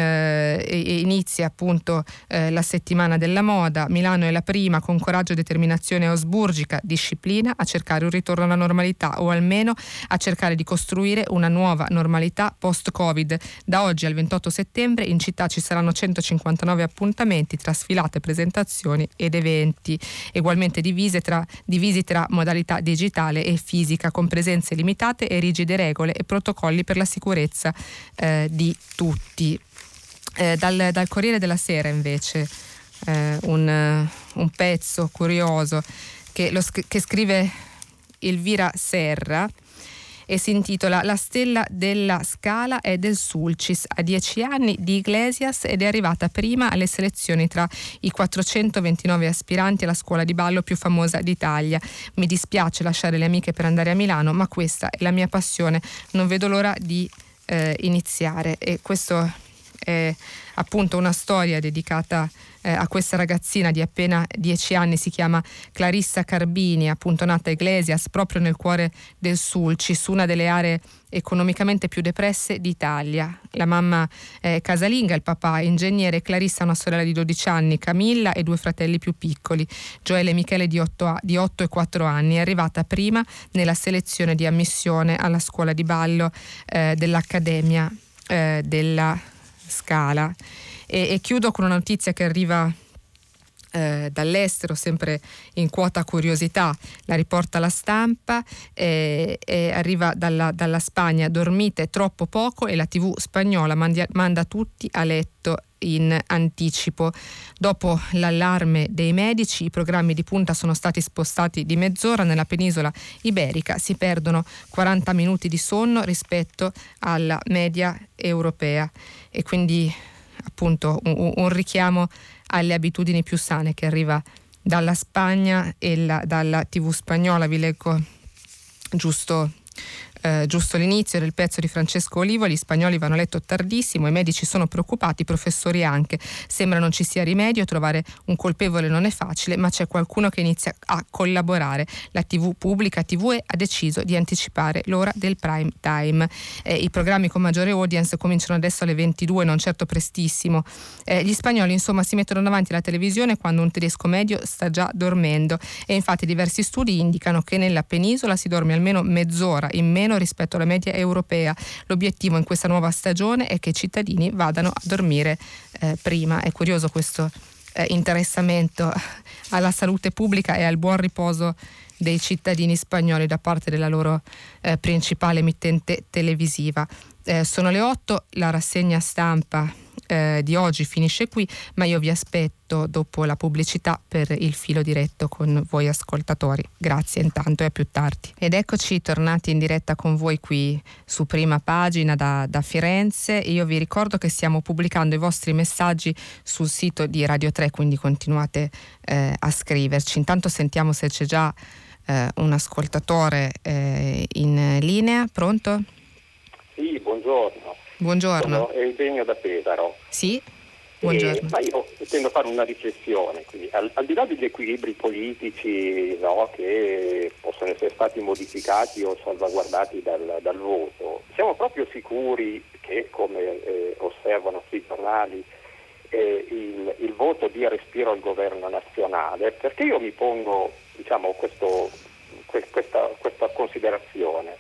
eh, inizia appunto eh, la settimana della moda. Milano è la prima, con coraggio, determinazione e osburgica disciplina, a cercare un ritorno alla normalità, o almeno a cercare di costruire una nuova normalità post-Covid. Da oggi al ventotto settembre in città ci saranno centocinquantanove appuntamenti tra sfilate, presentazioni ed eventi, ugualmente divise tra, divisi tra modalità digitale e fisica, con presenze limitate e rigide regole e protocolli per la sicurezza eh, di tutti. Eh, dal, dal Corriere della Sera invece eh, un, un pezzo curioso che, lo, che scrive Elvira Serra e si intitola La stella della Scala è del Sulcis, a dieci anni di Iglesias, ed è arrivata prima alle selezioni tra i quattrocentoventinove aspiranti alla scuola di ballo più famosa d'Italia. Mi dispiace lasciare le amiche per andare a Milano, ma questa è la mia passione, non vedo l'ora di eh, iniziare. E questo è appunto una storia dedicata eh, a questa ragazzina di appena dieci anni. Si chiama Clarissa Carbini, appunto nata a Iglesias, proprio nel cuore del Sulcis, una delle aree economicamente più depresse d'Italia. La mamma è casalinga, il papà è ingegnere. Clarissa ha una sorella di dodici anni, Camilla, e due fratelli più piccoli, Gioele e Michele di otto, di otto e quattro anni. È arrivata prima nella selezione di ammissione alla scuola di ballo eh, dell'Accademia eh, della Scala. E, e chiudo con una notizia che arriva eh, dall'estero, sempre in quota curiosità. La riporta La Stampa, e, e arriva dalla, dalla Spagna. Dormite troppo poco e la tivù spagnola manda, manda tutti a letto in anticipo. Dopo l'allarme dei medici, i programmi di punta sono stati spostati di mezz'ora. Nella penisola iberica si perdono quaranta minuti di sonno rispetto alla media europea, e quindi appunto un, un richiamo alle abitudini più sane che arriva dalla Spagna e la, dalla tivù spagnola. Vi leggo giusto Eh, giusto l'inizio del pezzo di Francesco Olivo. Gli spagnoli vanno a letto tardissimo, i medici sono preoccupati, i professori anche. Sembra non ci sia rimedio, trovare un colpevole non è facile, ma c'è qualcuno che inizia a collaborare. La tivù pubblica, T V E, ha deciso di anticipare l'ora del prime time. Eh, I programmi con maggiore audience cominciano adesso alle ventidue, non certo prestissimo. Eh, gli spagnoli insomma si mettono davanti alla televisione quando un tedesco medio sta già dormendo, e infatti diversi studi indicano che nella penisola si dorme almeno mezz'ora in meno rispetto alla media europea. L'obiettivo in questa nuova stagione è che i cittadini vadano a dormire eh, prima. È curioso questo eh, interessamento alla salute pubblica e al buon riposo dei cittadini spagnoli da parte della loro eh, principale emittente televisiva. Eh, sono le otto, la rassegna stampa eh, di oggi finisce qui, ma io vi aspetto dopo la pubblicità per il filo diretto con voi ascoltatori. Grazie intanto e a più tardi. Ed eccoci tornati in diretta con voi qui su Prima Pagina da, da Firenze. Io vi ricordo che stiamo pubblicando i vostri messaggi sul sito di Radio tre, quindi continuate eh, a scriverci. Intanto sentiamo se c'è già eh, un ascoltatore eh, in linea. Pronto? Sì, buongiorno. Buongiorno. Sono Eugenio da Pesaro. Sì, buongiorno. Eh, ma io intendo fare una riflessione, quindi, al, al di là degli equilibri politici, no, che possono essere stati modificati o salvaguardati dal, dal voto, siamo proprio sicuri che, come eh, osservano sui giornali, eh, il, il voto dia respiro al governo nazionale? Perché io mi pongo, diciamo, questo, questa, questa considerazione.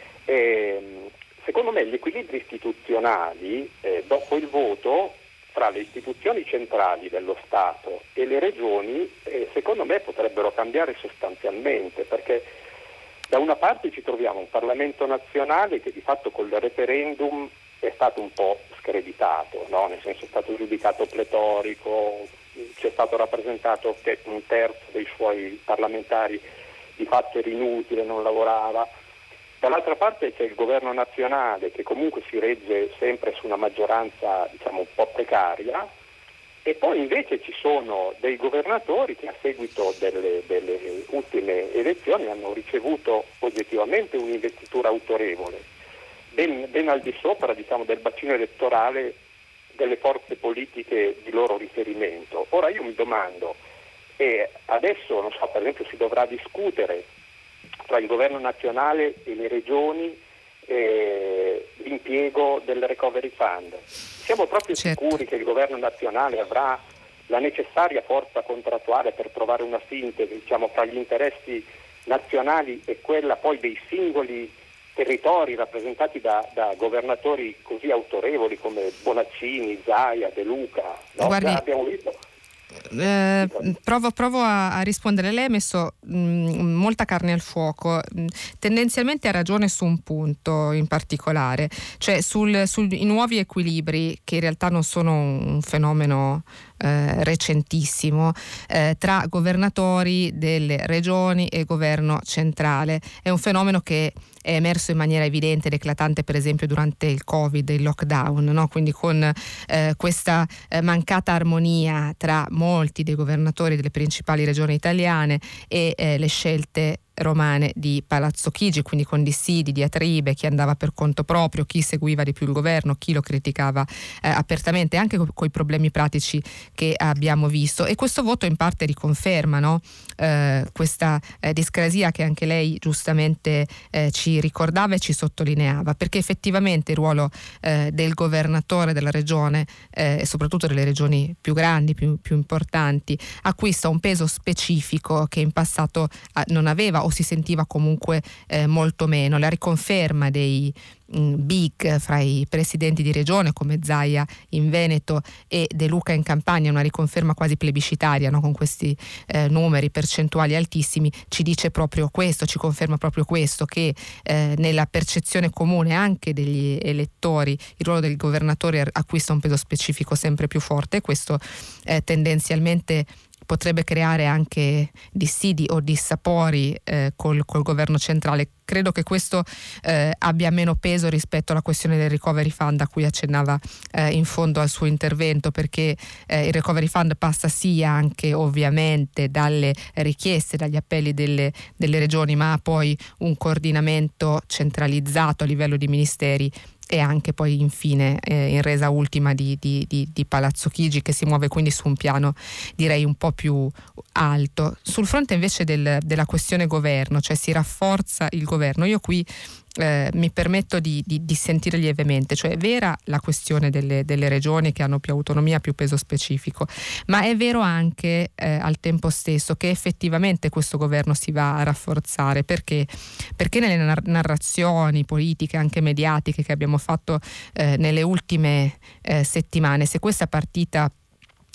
Eh, Secondo me gli equilibri istituzionali eh, dopo il voto tra le istituzioni centrali dello Stato e le regioni eh, secondo me potrebbero cambiare sostanzialmente, perché da una parte ci troviamo un Parlamento nazionale che di fatto col referendum è stato un po' screditato, no? Nel senso è stato giudicato pletorico, c'è stato rappresentato che un terzo dei suoi parlamentari di fatto era inutile, non lavorava. Dall'altra parte c'è il governo nazionale che comunque si regge sempre su una maggioranza, diciamo, un po' precaria, e poi invece ci sono dei governatori che a seguito delle, delle ultime elezioni hanno ricevuto oggettivamente un'investitura autorevole, ben, ben al di sopra, diciamo, del bacino elettorale delle forze politiche di loro riferimento. Ora io mi domando, e adesso non so, per esempio si dovrà discutere tra il governo nazionale e le regioni eh, l'impiego del recovery fund. Siamo proprio certo. sicuri che il governo nazionale avrà la necessaria forza contrattuale per trovare una sintesi, diciamo, tra gli interessi nazionali e quella poi dei singoli territori rappresentati da, da governatori così autorevoli come Bonaccini, Zaia, De Luca, no? Guardi, Già abbiamo visto. Eh, provo, provo a, a rispondere. Lei ha messo mh, molta carne al fuoco. Mh, tendenzialmente ha ragione su un punto in particolare, cioè sul, sui nuovi equilibri, che in realtà non sono un fenomeno eh, recentissimo, eh, tra governatori delle regioni e governo centrale. È un fenomeno che è emerso in maniera evidente ed eclatante per esempio durante il Covid, il lockdown, no? Quindi con eh, questa eh, mancata armonia tra molti dei governatori delle principali regioni italiane e eh, le scelte romane di Palazzo Chigi, quindi con dissidi, diatribe, chi andava per conto proprio, chi seguiva di più il governo, chi lo criticava eh, apertamente, anche con i problemi pratici che abbiamo visto. E questo voto in parte riconferma, no? eh, questa eh, discrasia che anche lei giustamente eh, ci ricordava e ci sottolineava, perché effettivamente il ruolo eh, del governatore della regione eh, e soprattutto delle regioni più grandi, più, più importanti, acquista un peso specifico che in passato eh, non aveva o si sentiva comunque eh, molto meno. La riconferma dei mh, big fra i presidenti di regione come Zaia in Veneto e De Luca in Campania, una riconferma quasi plebiscitaria, no? Con questi eh, numeri percentuali altissimi, ci dice proprio questo, ci conferma proprio questo, che eh, nella percezione comune anche degli elettori il ruolo del governatore acquista un peso specifico sempre più forte, e questo eh, tendenzialmente potrebbe creare anche dissidi o dissapori eh, col, col governo centrale. Credo che questo eh, abbia meno peso rispetto alla questione del recovery fund a cui accennava eh, in fondo al suo intervento, perché eh, il recovery fund passa sì anche ovviamente dalle richieste, dagli appelli delle, delle regioni, ma ha poi un coordinamento centralizzato a livello di ministeri e anche poi infine eh, in resa ultima di, di, di, di Palazzo Chigi, che si muove quindi su un piano direi un po' più alto. Sul fronte invece del, della questione governo, cioè si rafforza il governo, io qui Eh, mi permetto di, di, di sentire lievemente, cioè è vera la questione delle, delle regioni che hanno più autonomia, più peso specifico, ma è vero anche eh, al tempo stesso che effettivamente questo governo si va a rafforzare, perché, perché nelle nar- narrazioni politiche, anche mediatiche, che abbiamo fatto eh, nelle ultime eh, settimane, se questa partita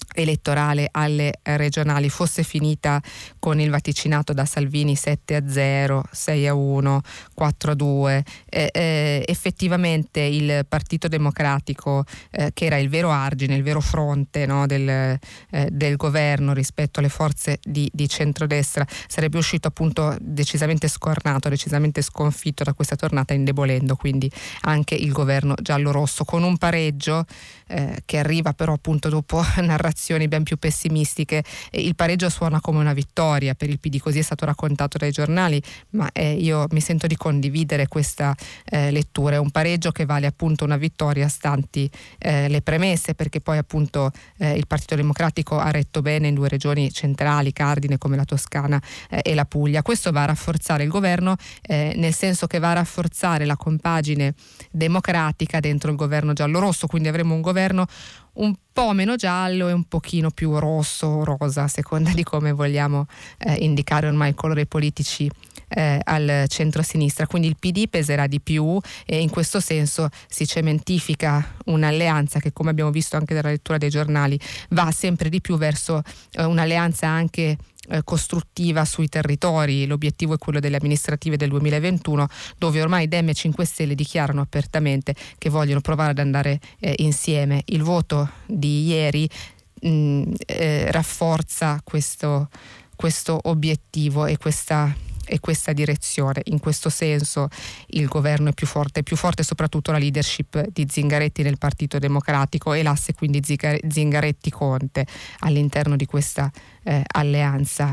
elettorale alle regionali fosse finita con il vaticinato da Salvini sette a zero, sei a uno, quattro a due, eh, eh, effettivamente il Partito Democratico, eh, che era il vero argine, il vero fronte, no, del, eh, del governo rispetto alle forze di, di centrodestra, sarebbe uscito appunto decisamente scornato, decisamente sconfitto da questa tornata, indebolendo quindi anche il governo giallo-rosso, con un pareggio eh, che arriva però appunto dopo narrazioni ben più pessimistiche. Il pareggio suona come una vittoria per il P D, così è stato raccontato dai giornali, ma eh, io mi sento di condividere questa eh, lettura. È un pareggio che vale appunto una vittoria stanti eh, le premesse, perché poi appunto eh, il Partito Democratico ha retto bene in due regioni centrali, cardine, come la Toscana eh, e la Puglia. Questo va a rafforzare il governo, eh, nel senso che va a rafforzare la compagine democratica dentro il governo giallo-rosso, quindi avremo un governo un po' meno giallo e un pochino più rosso o rosa, a seconda di come vogliamo eh, indicare ormai i colori politici eh, al centro-sinistra. Quindi il P D peserà di più e in questo senso si cementifica un'alleanza che, come abbiamo visto anche dalla lettura dei giornali, va sempre di più verso eh, un'alleanza anche costruttiva sui territori. L'obiettivo è quello delle amministrative del duemilaventuno, dove ormai Dem e cinque Stelle dichiarano apertamente che vogliono provare ad andare eh, insieme. Il voto di ieri mh, eh, rafforza questo, questo obiettivo e questa e questa direzione. In questo senso il governo è più forte, più forte soprattutto la leadership di Zingaretti nel Partito Democratico e l'asse quindi Zingaretti-Conte all'interno di questa eh, alleanza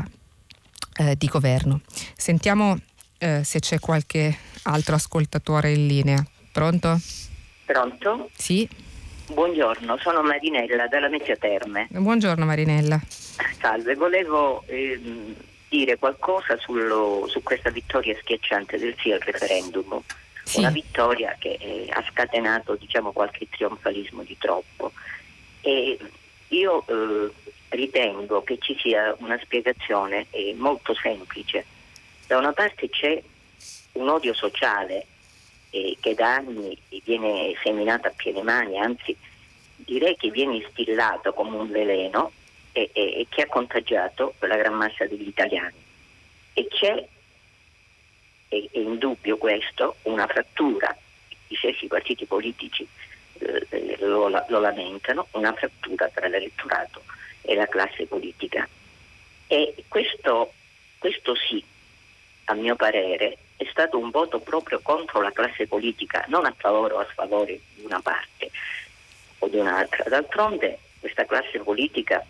eh, di governo. Sentiamo eh, se c'è qualche altro ascoltatore in linea. Pronto? Pronto? Sì. Buongiorno, sono Marinella dalla Mezzia Terme. Buongiorno Marinella. Salve, volevo ehm, dire qualcosa sullo, su questa vittoria schiacciante del sì al referendum. Sì. Una vittoria che eh, ha scatenato, diciamo, qualche trionfalismo di troppo. E io eh, ritengo che ci sia una spiegazione eh, molto semplice. Da una parte c'è un odio sociale eh, che da anni viene seminato a piene mani, anzi direi che viene instillato come un veleno e, e, e che ha contagiato la gran massa degli italiani. E c'è, è, è indubbio questo, una frattura, i stessi partiti politici eh, lo, lo lamentano, una frattura tra l'elettorato e la classe politica. E questo, questo sì, a mio parere, è stato un voto proprio contro la classe politica, non a favore o a sfavore di una parte o di un'altra. D'altronde questa classe politica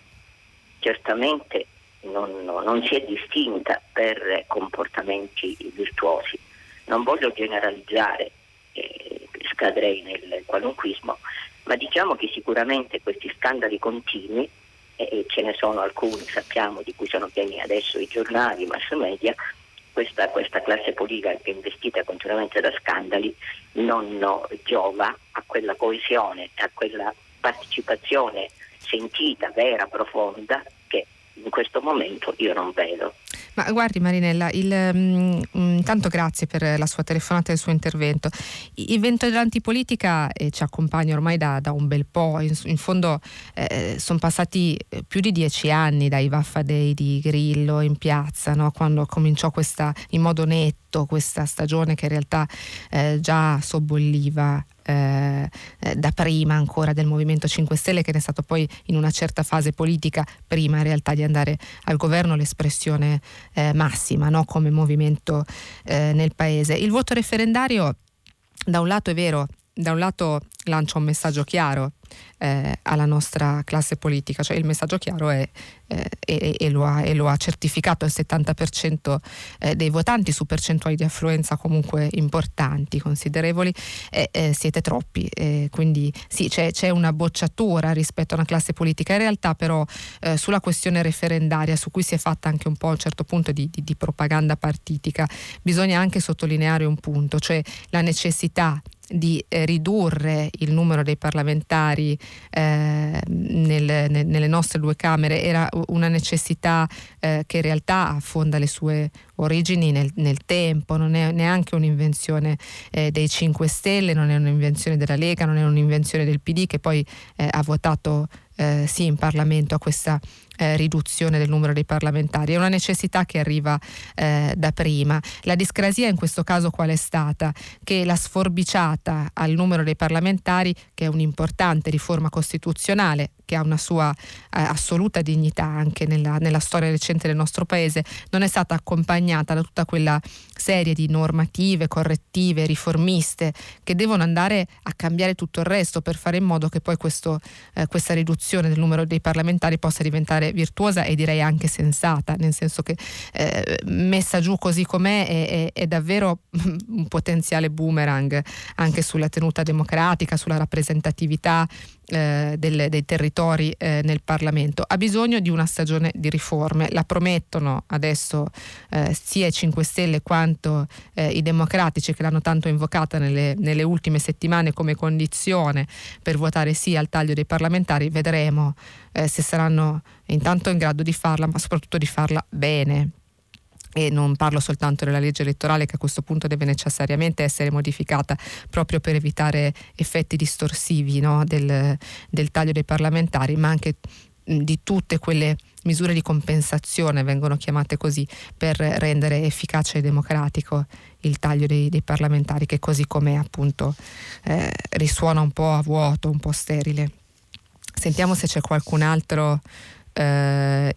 certamente non, non si è distinta per comportamenti virtuosi. Non voglio generalizzare, eh, scadrei nel qualunquismo, ma diciamo che sicuramente questi scandali continui, e ce ne sono alcuni, sappiamo, di cui sono pieni adesso i giornali, i mass media, questa, questa classe politica che è investita continuamente da scandali non no, giova a quella coesione, a quella partecipazione sentita, vera, profonda, che in questo momento io non vedo. Ma guardi Marinella, il, um, intanto grazie per la sua telefonata e il suo intervento. Il vento dell'antipolitica eh, ci accompagna ormai da, da un bel po', in, in fondo eh, sono passati più di dieci anni dai Vaffa Day di Grillo in piazza, no? Quando cominciò questa, in modo netto, questa stagione che in realtà eh, già sobbolliva Eh, eh, da prima ancora del Movimento cinque Stelle, che ne è stato poi in una certa fase politica, prima in realtà di andare al governo, l'espressione eh, massima, no? Come movimento eh, nel paese. Il voto referendario, da un lato è vero, da un lato lancia un messaggio chiaro eh, alla nostra classe politica, cioè il messaggio chiaro è eh, e, e, lo ha, e lo ha certificato il settanta per cento eh, dei votanti, su percentuali di affluenza comunque importanti, considerevoli, eh, eh, siete troppi, eh, quindi sì, c'è, c'è una bocciatura rispetto a una classe politica. In realtà però eh, sulla questione referendaria, su cui si è fatta anche un po' a un certo punto di, di, di propaganda partitica, bisogna anche sottolineare un punto, cioè la necessità di eh, ridurre il numero dei parlamentari eh, nel, ne, nelle nostre due Camere. Era una necessità eh, che in realtà affonda le sue origini nel, nel tempo, non è neanche un'invenzione eh, dei cinque Stelle, non è un'invenzione della Lega, non è un'invenzione del P D, che poi eh, ha votato eh, sì in Parlamento a questa Eh, riduzione del numero dei parlamentari. È una necessità che arriva eh, da prima. La discrasia in questo caso qual è stata? Che la sforbiciata al numero dei parlamentari, che è un'importante riforma costituzionale, che ha una sua eh, assoluta dignità anche nella, nella storia recente del nostro paese, non è stata accompagnata da tutta quella serie di normative correttive, riformiste, che devono andare a cambiare tutto il resto per fare in modo che poi questo, eh, questa riduzione del numero dei parlamentari possa diventare virtuosa e direi anche sensata, nel senso che eh, messa giù così com'è è, è, è davvero un potenziale boomerang anche sulla tenuta democratica, sulla rappresentatività eh, del, dei territori eh, nel Parlamento. Ha bisogno di una stagione di riforme, la promettono adesso eh, sia i cinque Stelle quanto eh, i democratici, che l'hanno tanto invocata nelle, nelle ultime settimane come condizione per votare sì al taglio dei parlamentari. Vedremo eh, se saranno intanto in grado di farla, ma soprattutto di farla bene. E non parlo soltanto della legge elettorale, che a questo punto deve necessariamente essere modificata proprio per evitare effetti distorsivi, no, del, del taglio dei parlamentari, ma anche di tutte quelle misure di compensazione, vengono chiamate così, per rendere efficace e democratico il taglio dei, dei parlamentari, che così com'è appunto eh, risuona un po' a vuoto, un po' sterile. Sentiamo se c'è qualcun altro In,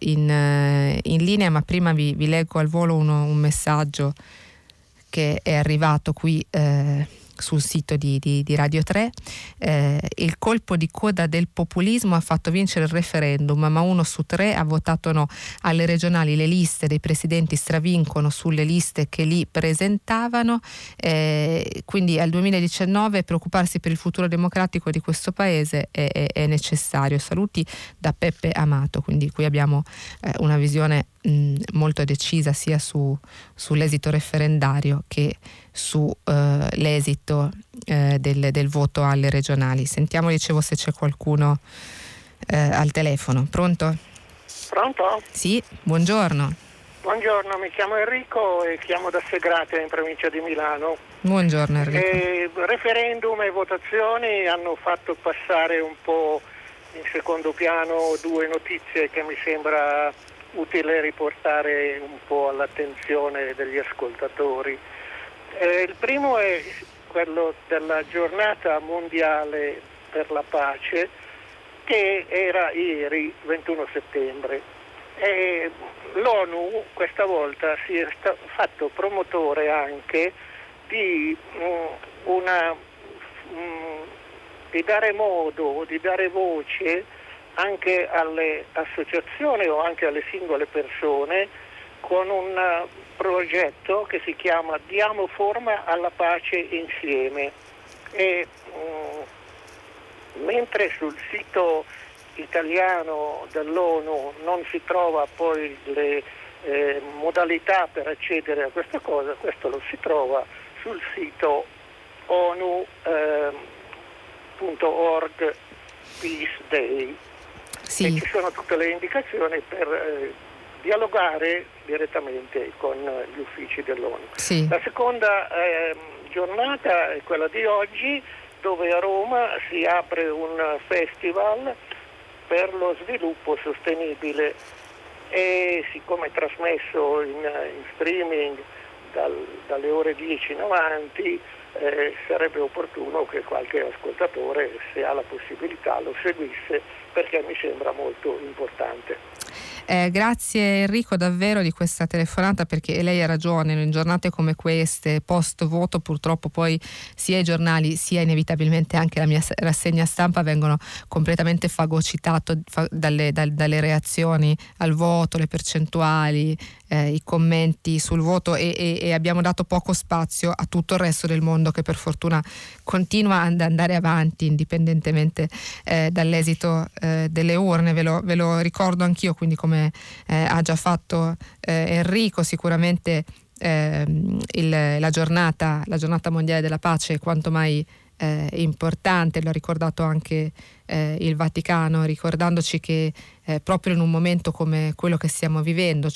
in linea, ma prima vi, vi leggo al volo uno, un messaggio che è arrivato qui eh, sul sito di, di, di Radio tre. Eh, il colpo di coda del populismo ha fatto vincere il referendum, ma uno su tre ha votato no. Alle regionali le liste dei presidenti stravincono sulle liste che li presentavano, eh, quindi al duemiladiciannove preoccuparsi per il futuro democratico di questo paese è, è, è necessario. Saluti da Peppe Amato. Quindi qui abbiamo eh, una visione mh, molto decisa sia su, sull'esito referendario che su uh, l'esito uh, del, del voto alle regionali. Sentiamo, dicevo, se c'è qualcuno uh, al telefono. Pronto? Pronto? Sì, buongiorno. Buongiorno, mi chiamo Enrico e chiamo da Segrate, in provincia di Milano. Buongiorno Enrico. E referendum e votazioni hanno fatto passare un po' in secondo piano due notizie che mi sembra utile riportare un po' all'attenzione degli ascoltatori. Eh, il primo è quello della giornata mondiale per la pace, che era ieri, ventuno settembre. E l'ONU questa volta si è sta- fatto promotore anche di, mh, una, mh, di dare modo, di dare voce anche alle associazioni o anche alle singole persone, con un progetto che si chiama Diamo forma alla pace insieme. E mh, mentre sul sito italiano dell'ONU non si trova poi le eh, modalità per accedere a questa cosa, questo lo si trova sul sito onu punto org Peace Day. Sì. E ci sono tutte le indicazioni per eh, dialogare direttamente con gli uffici dell'ONU. Sì. La seconda eh, giornata è quella di oggi, dove a Roma si apre un festival per lo sviluppo sostenibile e siccome è trasmesso in, in streaming dal, dalle ore dieci in avanti, eh, sarebbe opportuno che qualche ascoltatore, se ha la possibilità, lo seguisse, perché mi sembra molto importante. Eh, grazie Enrico davvero di questa telefonata, perché lei ha ragione, in giornate come queste, post voto, purtroppo poi sia i giornali sia inevitabilmente anche la mia rassegna stampa vengono completamente fagocitato fa, dalle, dal, dalle reazioni al voto, le percentuali, eh, i commenti sul voto e, e, e abbiamo dato poco spazio a tutto il resto del mondo, che per fortuna continua ad andare avanti indipendentemente eh, dall'esito eh, delle urne. Ve lo, ve lo ricordo anch'io, quindi come eh, ha già fatto eh, Enrico, sicuramente eh, il, la giornata la giornata mondiale della pace è quanto mai eh, importante. Lo ha ricordato anche eh, il Vaticano, ricordandoci che eh, proprio in un momento come quello che stiamo vivendo, cioè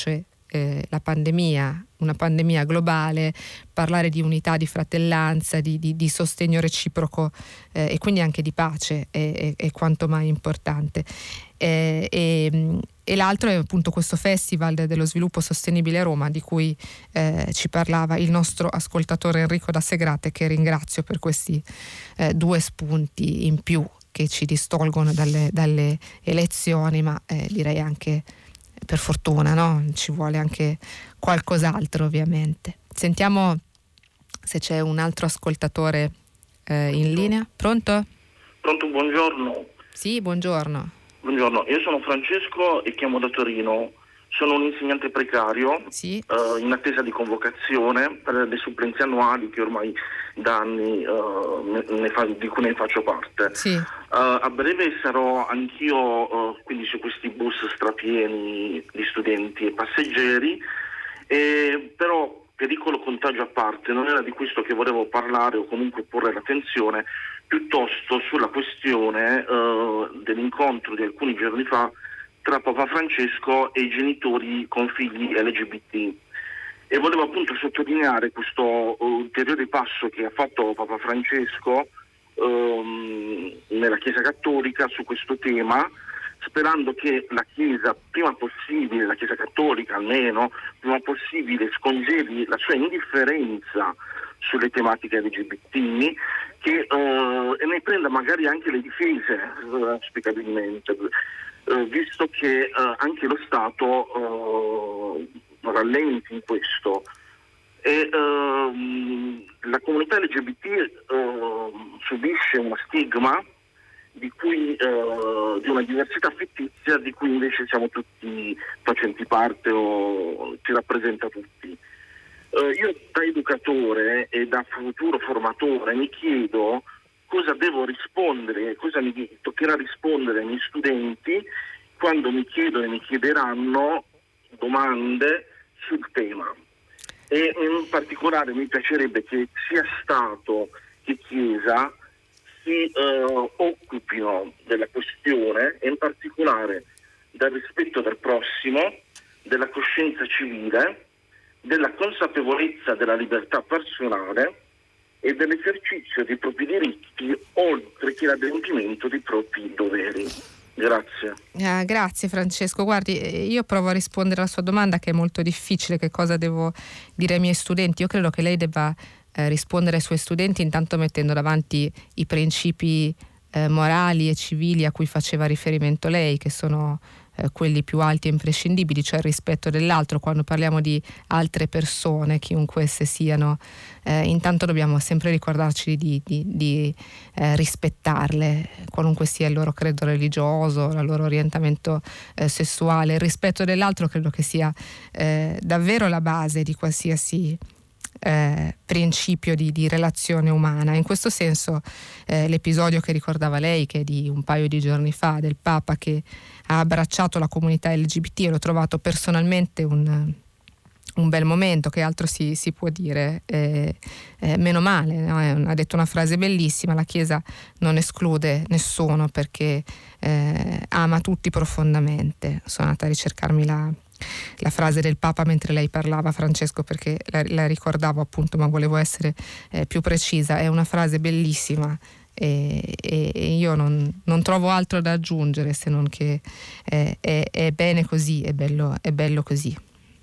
eh, la pandemia, una pandemia globale, parlare di unità, di fratellanza, di, di, di sostegno reciproco eh, e quindi anche di pace è, è, è quanto mai importante. Eh, e, e l'altro è appunto questo Festival dello Sviluppo Sostenibile a Roma, di cui eh, ci parlava il nostro ascoltatore Enrico da Segrate, che ringrazio per questi eh, due spunti in più che ci distolgono dalle, dalle elezioni, ma eh, direi anche per fortuna, no? Ci vuole anche qualcos'altro, ovviamente. Sentiamo se c'è un altro ascoltatore eh, in linea. Pronto? Pronto, buongiorno. Sì, buongiorno. Buongiorno, io sono Francesco e chiamo da Torino. Sono un insegnante precario, sì. uh, in attesa di convocazione per le supplenze annuali che ormai da anni uh, ne fa, di cui ne faccio parte. Sì. Uh, a breve sarò anch'io uh, quindi su questi bus strapieni di studenti e passeggeri, e, però pericolo contagio a parte, non era di questo che volevo parlare o comunque porre l'attenzione, piuttosto sulla questione uh, dell'incontro di alcuni giorni fa tra Papa Francesco e i genitori con figli L G B T. E volevo appunto sottolineare questo ulteriore passo che ha fatto Papa Francesco um, nella Chiesa Cattolica su questo tema, sperando che la Chiesa, prima possibile, la Chiesa Cattolica almeno, prima possibile scongeli la sua indifferenza sulle tematiche L G B T, che, uh, e ne prenda magari anche le difese, uh, auspicabilmente. Uh, visto che uh, anche lo Stato uh, rallenti in questo e uh, la comunità L G B T uh, subisce uno stigma di cui uh, di una diversità fittizia di cui invece siamo tutti facenti parte o ci rappresenta tutti. Uh, io da educatore e da futuro formatore mi chiedo cosa devo rispondere, cosa mi toccherà rispondere ai miei studenti quando mi chiedono e mi chiederanno domande sul tema. E in particolare mi piacerebbe che sia Stato che Chiesa si eh, occupino della questione, e in particolare del rispetto del prossimo, della coscienza civile, della consapevolezza della libertà personale e dell'esercizio dei propri diritti oltre che l'adempimento dei propri doveri. Grazie. Ah, grazie Francesco. Guardi, io provo a rispondere alla sua domanda, che è molto difficile, che cosa devo dire ai miei studenti. Io credo che lei debba eh, rispondere ai suoi studenti intanto mettendo davanti i principi eh, morali e civili a cui faceva riferimento lei, che sono Eh, quelli più alti e imprescindibili, cioè il rispetto dell'altro. Quando parliamo di altre persone, chiunque esse siano, eh, intanto dobbiamo sempre ricordarci di, di, di eh, rispettarle, qualunque sia il loro credo religioso, il loro orientamento eh, sessuale. Il rispetto dell'altro credo che sia eh, davvero la base di qualsiasi Eh, principio di, di relazione umana. In questo senso eh, l'episodio che ricordava lei, che è di un paio di giorni fa, del Papa che ha abbracciato la comunità L G B T, l'ho trovato personalmente un, un bel momento. Che altro si, si può dire? Eh, eh, meno male, no? Ha detto una frase bellissima: la Chiesa non esclude nessuno perché eh, ama tutti profondamente. Sono andata a ricercarmi la la frase del Papa mentre lei parlava, Francesco, perché la, la ricordavo appunto, ma volevo essere eh, più precisa. È una frase bellissima e, e, e io non, non trovo altro da aggiungere se non che eh, è, è bene così, è bello, è bello così.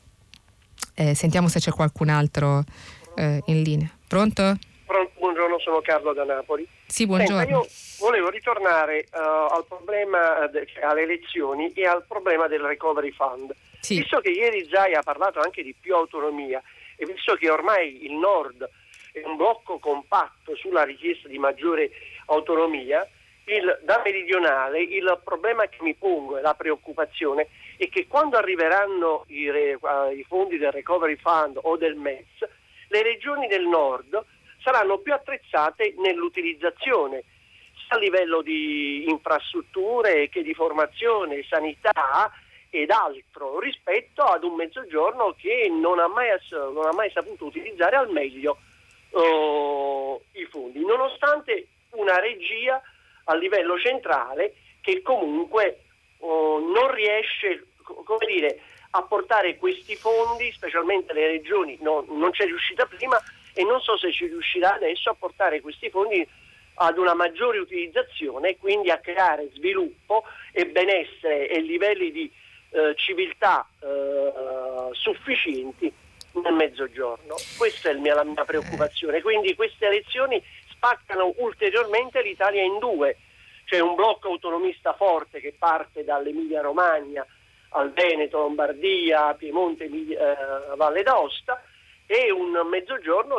Eh, sentiamo se c'è qualcun altro eh, in linea. Pronto? Buongiorno, sono Carlo da Napoli. Sì, buongiorno. Senta, io volevo ritornare uh, al problema, de- alle elezioni e al problema del Recovery Fund. Sì. Visto che ieri Zaia ha parlato anche di più autonomia e visto che ormai il Nord è un blocco compatto sulla richiesta di maggiore autonomia, il, da meridionale il problema che mi pongo e la preoccupazione è che quando arriveranno i, re, uh, i fondi del Recovery Fund o del M E S, le regioni del Nord saranno più attrezzate nell'utilizzazione, sia a livello di infrastrutture che di formazione, sanità ed altro, rispetto ad un mezzogiorno che non ha mai, non ha mai saputo utilizzare al meglio uh, i fondi, nonostante una regia a livello centrale che comunque uh, non riesce, come dire, a portare questi fondi, specialmente le regioni, no, non c'è riuscita prima e non so se ci riuscirà adesso a portare questi fondi ad una maggiore utilizzazione e quindi a creare sviluppo e benessere e livelli di eh, civiltà eh, sufficienti nel Mezzogiorno. Questa è il mia, la mia preoccupazione. Quindi queste elezioni spaccano ulteriormente l'Italia in due. C'è un blocco autonomista forte che parte dall'Emilia Romagna al Veneto, Lombardia, Piemonte, Emilia, eh, Valle d'Aosta, e un Mezzogiorno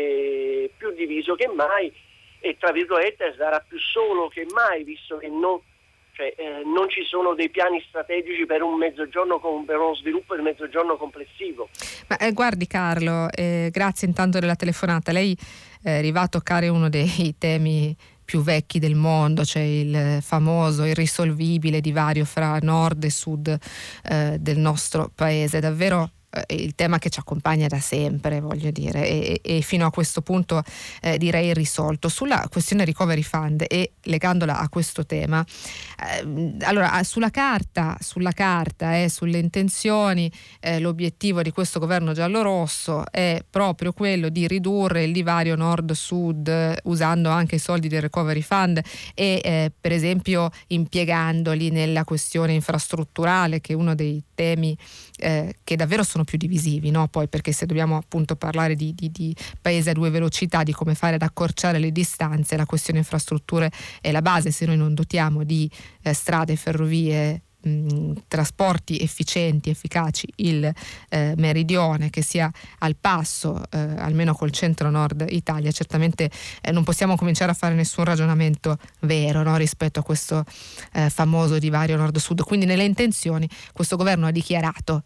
che è più diviso che mai e tra virgolette sarà più solo che mai, visto che non, cioè, eh, non ci sono dei piani strategici per un Mezzogiorno, con, per uno sviluppo del Mezzogiorno complessivo. Ma eh, guardi Carlo, eh, grazie intanto della telefonata. Lei eh, arriva a toccare uno dei temi più vecchi del mondo, cioè il famoso irrisolvibile divario fra nord e sud eh, del nostro paese. Davvero il tema che ci accompagna da sempre, voglio dire, e, e fino a questo punto eh, direi irrisolto. Sulla questione recovery fund e legandola a questo tema, eh, allora sulla carta, sulla carta eh, sulle intenzioni, eh, l'obiettivo di questo governo giallorosso è proprio quello di ridurre il divario nord-sud eh, usando anche i soldi del recovery fund e eh, per esempio impiegandoli nella questione infrastrutturale, che è uno dei temi eh, che davvero sono più divisivi, no? Poi perché se dobbiamo appunto parlare di, di, di paese a due velocità, di come fare ad accorciare le distanze, la questione infrastrutture è la base. Se noi non dotiamo di eh, strade, ferrovie, mh, trasporti efficienti, efficaci il eh, meridione, che sia al passo eh, almeno col centro-nord Italia, certamente eh, non possiamo cominciare a fare nessun ragionamento vero, no? Rispetto a questo eh, famoso divario nord-sud. Quindi nelle intenzioni questo governo ha dichiarato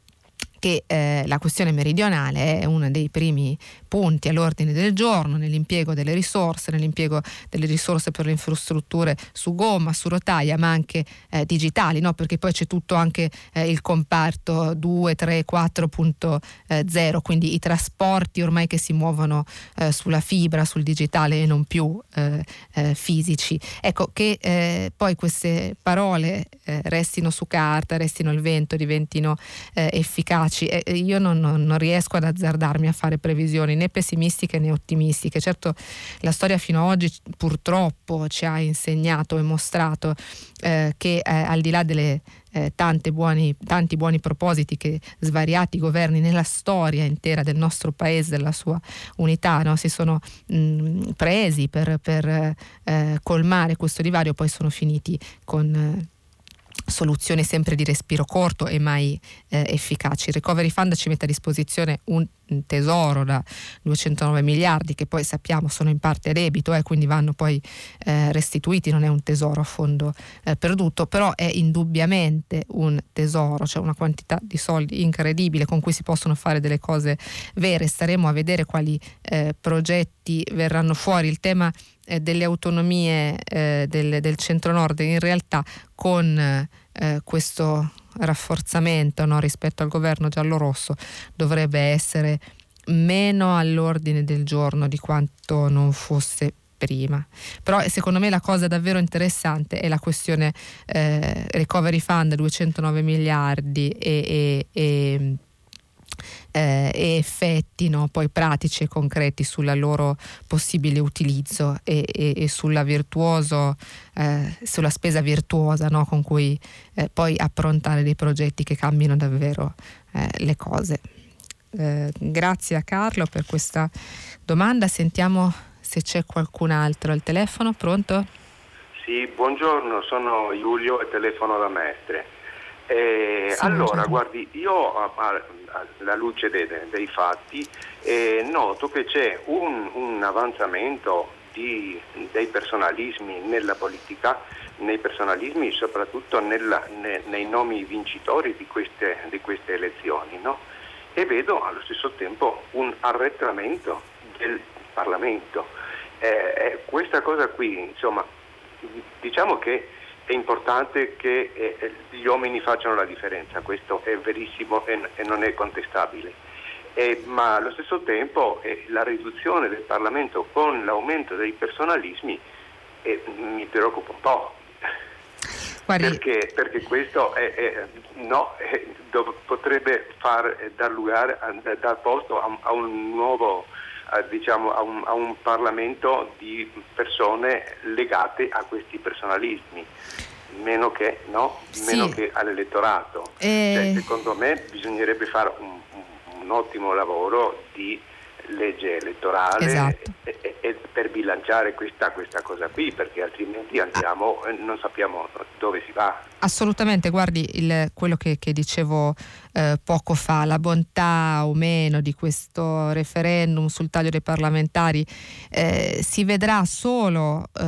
che eh, la questione meridionale è uno dei primi punti all'ordine del giorno nell'impiego delle risorse, nell'impiego delle risorse per le infrastrutture su gomma, su rotaia, ma anche eh, digitali, no? Perché poi c'è tutto anche eh, il comparto due, tre, quattro punto zero, quindi i trasporti ormai che si muovono eh, sulla fibra, sul digitale e non più eh, eh, fisici. Ecco, che eh, poi queste parole eh, restino su carta, restino al vento, diventino eh, efficaci. Io non, non, non riesco ad azzardarmi a fare previsioni né pessimistiche né ottimistiche. Certo, la storia fino ad oggi purtroppo ci ha insegnato e mostrato eh, che eh, al di là delle eh, tante buoni, tanti buoni propositi che svariati governi nella storia intera del nostro paese, della sua unità, no, si sono mh, presi per, per eh, colmare questo divario, poi sono finiti con eh, soluzioni sempre di respiro corto e mai eh, efficaci. Il Recovery Fund ci mette a disposizione un, un tesoro da duecentonove miliardi che poi sappiamo sono in parte a debito e eh, quindi vanno poi eh, restituiti, non è un tesoro a fondo eh, perduto, però è indubbiamente un tesoro, cioè una quantità di soldi incredibile con cui si possono fare delle cose vere. Staremo a vedere quali eh, progetti verranno fuori. Il tema eh, delle autonomie eh, del, del centro-nord in realtà con eh, questo rafforzamento, no, rispetto al governo giallorosso dovrebbe essere meno all'ordine del giorno di quanto non fosse prima. Però secondo me la cosa davvero interessante è la questione eh, recovery fund, duecentonove miliardi e, e, e Eh, e effetti, no, poi pratici e concreti sulla loro possibile utilizzo e, e, e sulla virtuoso eh, sulla spesa virtuosa, no, con cui eh, poi approntare dei progetti che cambino davvero eh, le cose. Eh, grazie a Carlo per questa domanda. Sentiamo se c'è qualcun altro al telefono. Pronto? Sì, buongiorno, sono Giulio e telefono da Mestre. Eh, sì, allora, guardi, io alla luce dei, dei fatti eh, noto che c'è un, un avanzamento di, dei personalismi nella politica, nei personalismi soprattutto nella, ne, nei nomi vincitori di queste, di queste elezioni, no? E vedo allo stesso tempo un arretramento del Parlamento. Eh, questa cosa qui, insomma, diciamo che è importante che eh, gli uomini facciano la differenza, questo è verissimo e, e non è contestabile, eh, ma allo stesso tempo eh, la riduzione del Parlamento con l'aumento dei personalismi eh, mi preoccupa un po'. Guardi... perché, perché questo è, è, no, è, dov- potrebbe far dar luogo, dar posto a, a un nuovo, a, diciamo, a un, a un Parlamento di persone legate a questi personalismi. Meno che, no? Meno sì. che all'elettorato. E... Cioè, secondo me bisognerebbe fare un, un, un ottimo lavoro di legge elettorale, esatto. e, e, e per bilanciare questa, questa cosa qui, perché altrimenti andiamo, non sappiamo dove si va. Assolutamente, guardi, il, quello che, che dicevo eh, poco fa, la bontà o meno di questo referendum sul taglio dei parlamentari eh, si vedrà solo eh,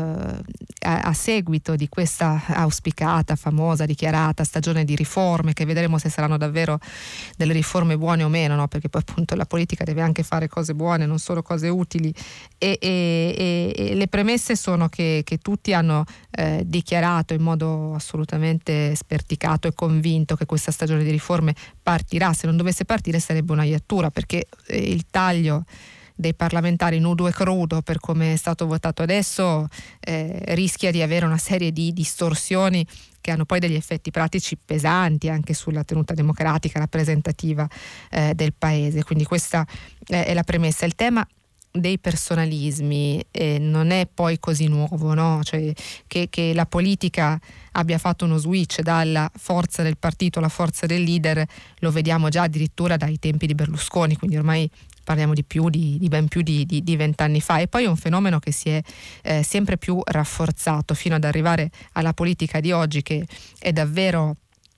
a, a seguito di questa auspicata, famosa, dichiarata stagione di riforme, che vedremo se saranno davvero delle riforme buone o meno, no? Perché poi appunto la politica deve anche fare cose buone, non solo cose utili, e, e, e, e le premesse sono che, che tutti hanno eh, dichiarato in modo assolutamente sperticato e convinto che questa stagione di riforme partirà. Se non dovesse partire sarebbe una iattura, perché il taglio dei parlamentari nudo e crudo, per come è stato votato adesso, eh, rischia di avere una serie di distorsioni che hanno poi degli effetti pratici pesanti anche sulla tenuta democratica rappresentativa eh, del paese. Quindi questa eh, è la premessa. Il tema dei personalismi eh, non è poi così nuovo, no? Cioè, che, che la politica abbia fatto uno switch dalla forza del partito alla forza del leader lo vediamo già addirittura dai tempi di Berlusconi, quindi ormai parliamo di più di, di ben più di, di, di vent'anni fa, e poi è un fenomeno che si è eh, sempre più rafforzato fino ad arrivare alla politica di oggi, che è davvero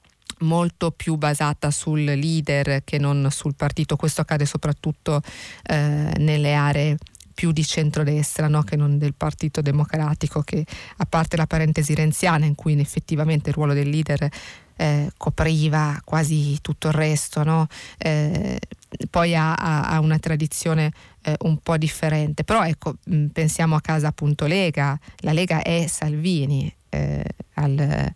molto più basata sul leader che non sul partito. Questo accade soprattutto eh, nelle aree più di centrodestra, no? Che non del Partito Democratico, che a parte la parentesi renziana in cui effettivamente il ruolo del leader eh, copriva quasi tutto il resto, no? Eh, poi ha, ha, ha una tradizione eh, un po' differente, però ecco, mh, pensiamo a casa appunto Lega, la Lega è Salvini Eh, al,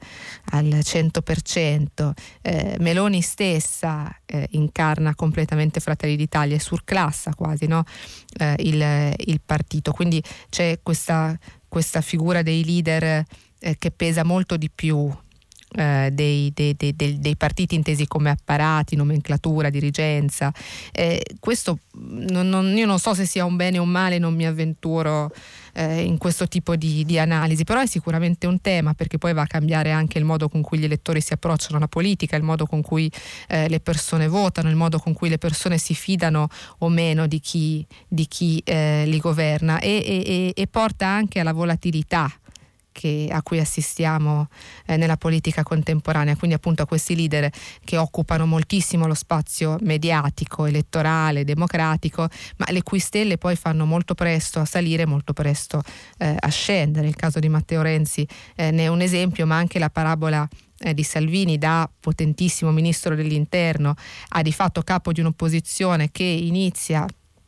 al cento per cento, eh, Meloni stessa eh, incarna completamente Fratelli d'Italia e surclassa quasi, no? eh, il, il partito, quindi c'è questa, questa figura dei leader eh, che pesa molto di più eh, dei, dei, dei, dei, dei partiti intesi come apparati, nomenclatura, dirigenza. Eh, questo non, non, io non so se sia un bene o un male, non mi avventuro Eh, in questo tipo di, di analisi, però è sicuramente un tema, perché poi va a cambiare anche il modo con cui gli elettori si approcciano alla politica, il modo con cui eh, le persone votano, il modo con cui le persone si fidano o meno di chi, di chi eh, li governa, e, e, e porta anche alla volatilità che, a cui assistiamo eh, nella politica contemporanea, quindi appunto a questi leader che occupano moltissimo lo spazio mediatico, elettorale, democratico, ma le cui stelle poi fanno molto presto a salire, molto presto eh, a scendere. Il caso di Matteo Renzi eh, ne è un esempio, ma anche la parabola eh, di Salvini da potentissimo ministro dell'interno a di fatto capo di un'opposizione che inizia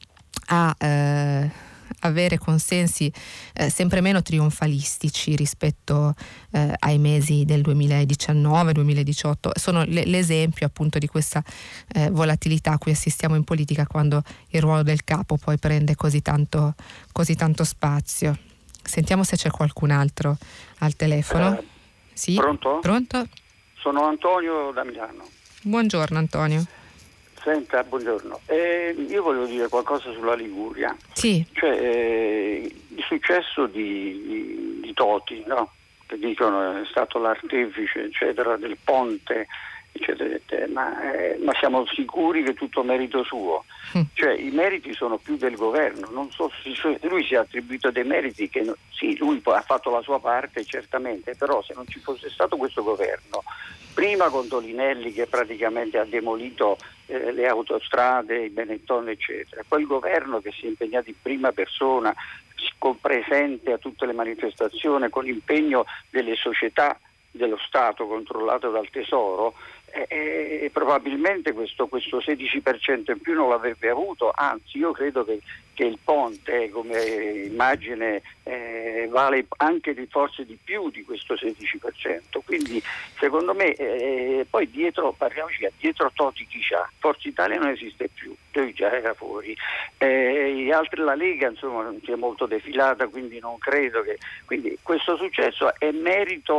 a eh, avere consensi eh, sempre meno trionfalistici rispetto eh, ai mesi del duemiladiciannove duemiladiciotto. Sono le, l'esempio appunto di questa eh, volatilità a cui assistiamo in politica quando il ruolo del capo poi prende così tanto, così tanto spazio. Sentiamo se c'è qualcun altro al telefono. Eh, sì? Pronto? Pronto? Sono Antonio da Milano. Buongiorno Antonio. Senta, buongiorno. Eh, io volevo dire qualcosa sulla Liguria. Sì. Cioè, eh, il successo di, di, di Toti, no? Che dicono è stato l'artefice, eccetera, del ponte, eccetera, eccetera. Ma, eh, ma siamo sicuri che è tutto merito suo? Mm. Cioè, i meriti sono più del governo. Non so se lui si è attribuito dei meriti che sì, lui ha fatto la sua parte, certamente, però se non ci fosse stato questo governo, prima con Tolinelli che praticamente ha demolito eh, le autostrade, i Benetton eccetera, quel governo che si è impegnato in prima persona, presente a tutte le manifestazioni, con l'impegno delle società dello Stato controllato dal Tesoro, eh, eh, probabilmente questo, questo sedici per cento in più non l'avrebbe avuto, anzi io credo che, che il ponte come immagine eh, vale anche di forse di più di questo sedici per cento, quindi secondo me eh, poi dietro, parliamoci, dietro Toti chi c'ha? Forza Italia non esiste più, lui già era fuori, eh, gli altri, la Lega insomma non si è molto defilata, quindi non credo che, quindi questo successo è merito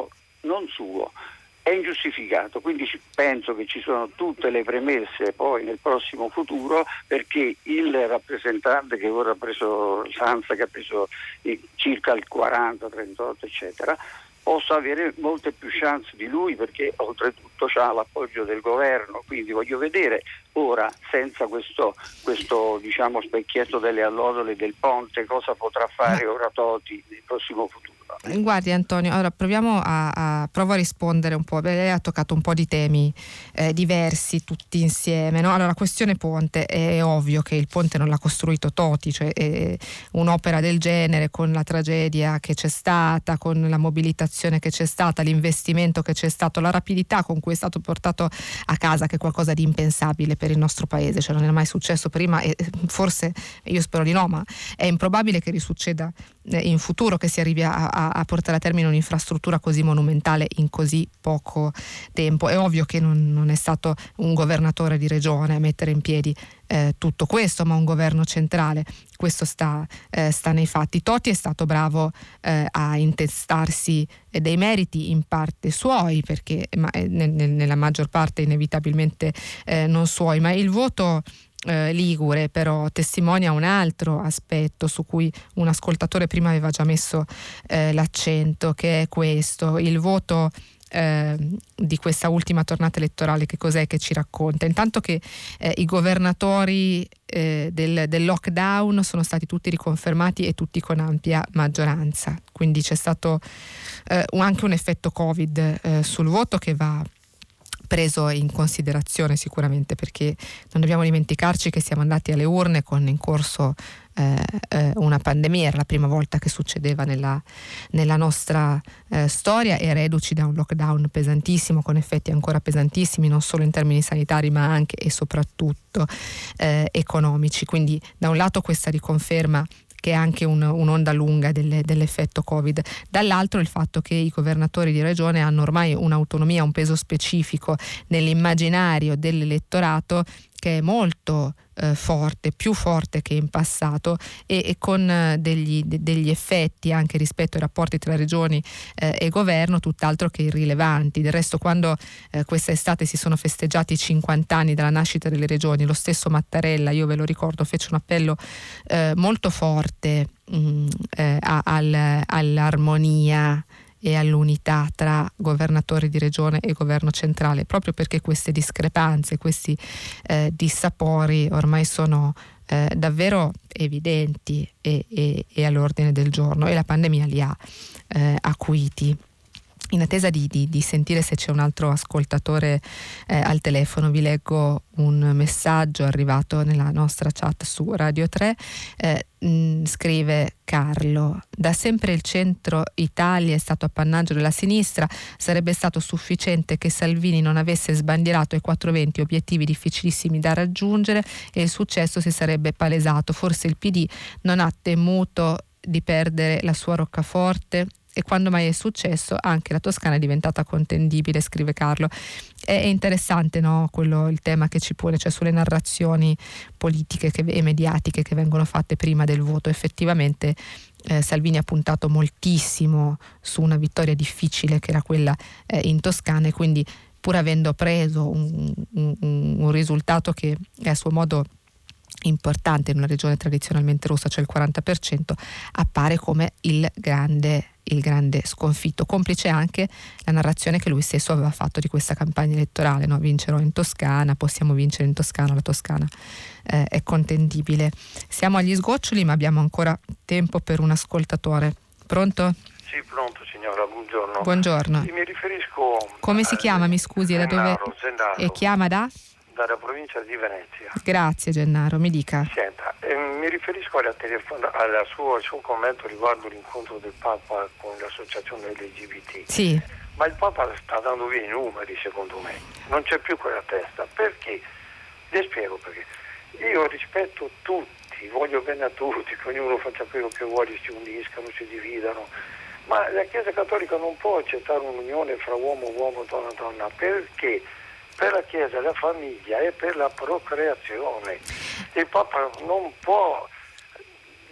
non suo, è ingiustificato, quindi penso che ci sono tutte le premesse poi nel prossimo futuro perché il rappresentante che ora ha preso Sanza, che ha preso circa il quaranta, trentotto eccetera, possa avere molte più chance di lui, perché oltretutto ha l'appoggio del governo, quindi voglio vedere ora, senza questo, questo diciamo specchietto delle allodole del ponte, cosa potrà fare ora Toti nel prossimo futuro. Guardi Antonio, allora proviamo a, a provo a rispondere un po'. Beh, lei ha toccato un po' di temi eh, diversi tutti insieme, no? Allora, la questione ponte, è ovvio che il ponte non l'ha costruito Toti, cioè è un'opera del genere, con la tragedia che c'è stata, con la mobilitazione che c'è stata, l'investimento che c'è stato, la rapidità con cui è stato portato a casa, che è qualcosa di impensabile per il nostro paese, cioè non è mai successo prima e forse, io spero di no, ma è improbabile che risucceda in futuro, che si arrivi a, a, a portare a termine un'infrastruttura così monumentale in così poco tempo. È ovvio che non, non è stato un governatore di regione a mettere in piedi eh, tutto questo, ma un governo centrale. Questo sta, eh, sta nei fatti. Toti è stato bravo eh, a intestarsi dei meriti in parte suoi, perché ma, eh, nel, nella maggior parte inevitabilmente eh, non suoi, ma il voto Eh, ligure però testimonia un altro aspetto su cui un ascoltatore prima aveva già messo eh, l'accento, che è questo: il voto eh, di questa ultima tornata elettorale. Che cos'è che ci racconta? Intanto che eh, i governatori eh, del, del lockdown sono stati tutti riconfermati e tutti con ampia maggioranza, quindi c'è stato eh, anche un effetto Covid eh, sul voto che va preso in considerazione sicuramente, perché non dobbiamo dimenticarci che siamo andati alle urne con in corso eh, eh, una pandemia. Era la prima volta che succedeva nella, nella nostra eh, storia, e reduci da un lockdown pesantissimo, con effetti ancora pesantissimi non solo in termini sanitari ma anche e soprattutto eh, economici. Quindi da un lato questa riconferma che è anche un, un'onda lunga delle, dell'effetto Covid, dall'altro il fatto che i governatori di regione hanno ormai un'autonomia, un peso specifico nell'immaginario dell'elettorato che è molto eh, forte, più forte che in passato, e, e con eh, degli, de, degli effetti anche rispetto ai rapporti tra regioni eh, e governo tutt'altro che irrilevanti. Del resto, quando eh, questa estate si sono festeggiati i cinquanta anni dalla nascita delle regioni, lo stesso Mattarella, io ve lo ricordo, fece un appello eh, molto forte mh, eh, a, al, all'armonia e all'unità tra governatori di regione e governo centrale, proprio perché queste discrepanze, questi eh, dissapori ormai sono eh, davvero evidenti e, e, e all'ordine del giorno, e la pandemia li ha eh, acuiti. In attesa di, di, di sentire se c'è un altro ascoltatore eh, al telefono, vi leggo un messaggio arrivato nella nostra chat su Radio tre. Eh, mh, scrive Carlo: da sempre il centro Italia è stato appannaggio della sinistra, sarebbe stato sufficiente che Salvini non avesse sbandierato ai quattrocentoventi obiettivi difficilissimi da raggiungere e il successo si sarebbe palesato. Forse il P D non ha temuto di perdere la sua roccaforte, e quando mai è successo anche la Toscana è diventata contendibile, scrive Carlo. È interessante, no, quello, il tema che ci pone, cioè sulle narrazioni politiche che, e mediatiche che vengono fatte prima del voto. Effettivamente eh, Salvini ha puntato moltissimo su una vittoria difficile che era quella eh, in Toscana, e quindi pur avendo preso un, un, un risultato che è a suo modo importante in una regione tradizionalmente rossa, cioè il quaranta per cento, appare come il grande il grande sconfitto, complice anche la narrazione che lui stesso aveva fatto di questa campagna elettorale, no? Vincerò in Toscana, possiamo vincere in Toscana, la Toscana eh, è contendibile. Siamo agli sgoccioli, ma abbiamo ancora tempo per un ascoltatore. Pronto? Sì, pronto signora, buongiorno. Buongiorno. Io mi riferisco... Come si chiama, mi scusi? Gennaro, da dove? Gennaro. E chiama da? Dalla provincia di Venezia. Grazie Gennaro, mi dica. Senta, eh, mi riferisco alla telefon- alla sua, al suo commento riguardo l'incontro del Papa con l'associazione L G B T. Sì. Ma il Papa sta dando via i numeri, secondo me. Non c'è più quella testa. Perché? Le spiego perché. Io rispetto tutti, voglio bene a tutti, che ognuno faccia quello che vuole, si uniscano, si dividano. Ma la Chiesa Cattolica non può accettare un'unione fra uomo, uomo, donna, donna. Perché? Per la Chiesa la famiglia è per la procreazione. Il Papa non può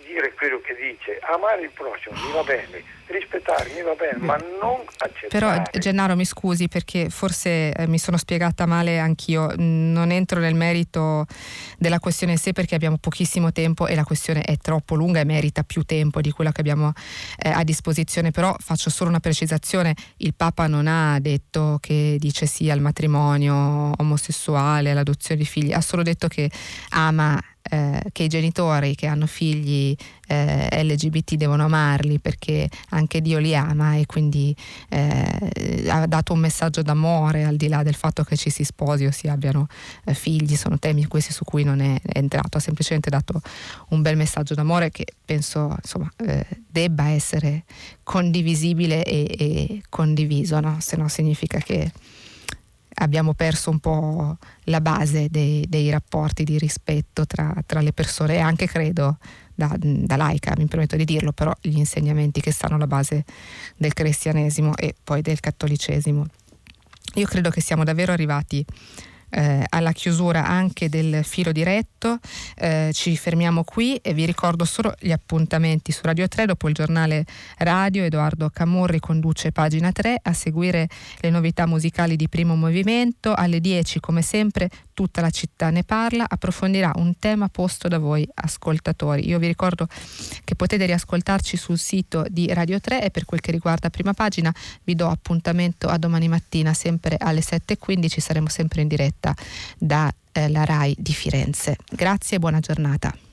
dire quello che dice, amare il prossimo mi va bene, rispettare mi va bene, ma non accettare. Però Gennaro, mi scusi perché forse eh, mi sono spiegata male anch'io, non entro nel merito della questione in sé perché abbiamo pochissimo tempo e la questione è troppo lunga e merita più tempo di quello che abbiamo eh, a disposizione, però faccio solo una precisazione: il Papa non ha detto che dice sì al matrimonio omosessuale, all'adozione di figli, ha solo detto che ama Eh, che i genitori che hanno figli eh, L G B T devono amarli perché anche Dio li ama, e quindi eh, ha dato un messaggio d'amore al di là del fatto che ci si sposi o si abbiano eh, figli. Sono temi questi su cui non è, è entrato, ha semplicemente dato un bel messaggio d'amore che penso insomma eh, debba essere condivisibile e, e condiviso, no? Se no significa che abbiamo perso un po' la base dei, dei rapporti di rispetto tra, tra le persone, e anche credo da, da laica, mi permetto di dirlo, però gli insegnamenti che stanno alla base del cristianesimo e poi del cattolicesimo. Io credo che siamo davvero arrivati Eh, alla chiusura anche del filo diretto, eh, ci fermiamo qui e vi ricordo solo gli appuntamenti su Radio tre. Dopo il giornale radio Edoardo Camurri conduce Pagina tre, a seguire le novità musicali di Primo Movimento. Alle dieci come sempre Tutta la città ne parla, approfondirà un tema posto da voi ascoltatori. Io vi ricordo che potete riascoltarci sul sito di Radio tre e per quel che riguarda Prima Pagina vi do appuntamento a domani mattina sempre alle sette e quindici, saremo sempre in diretta da eh, la RAI di Firenze. Grazie e buona giornata.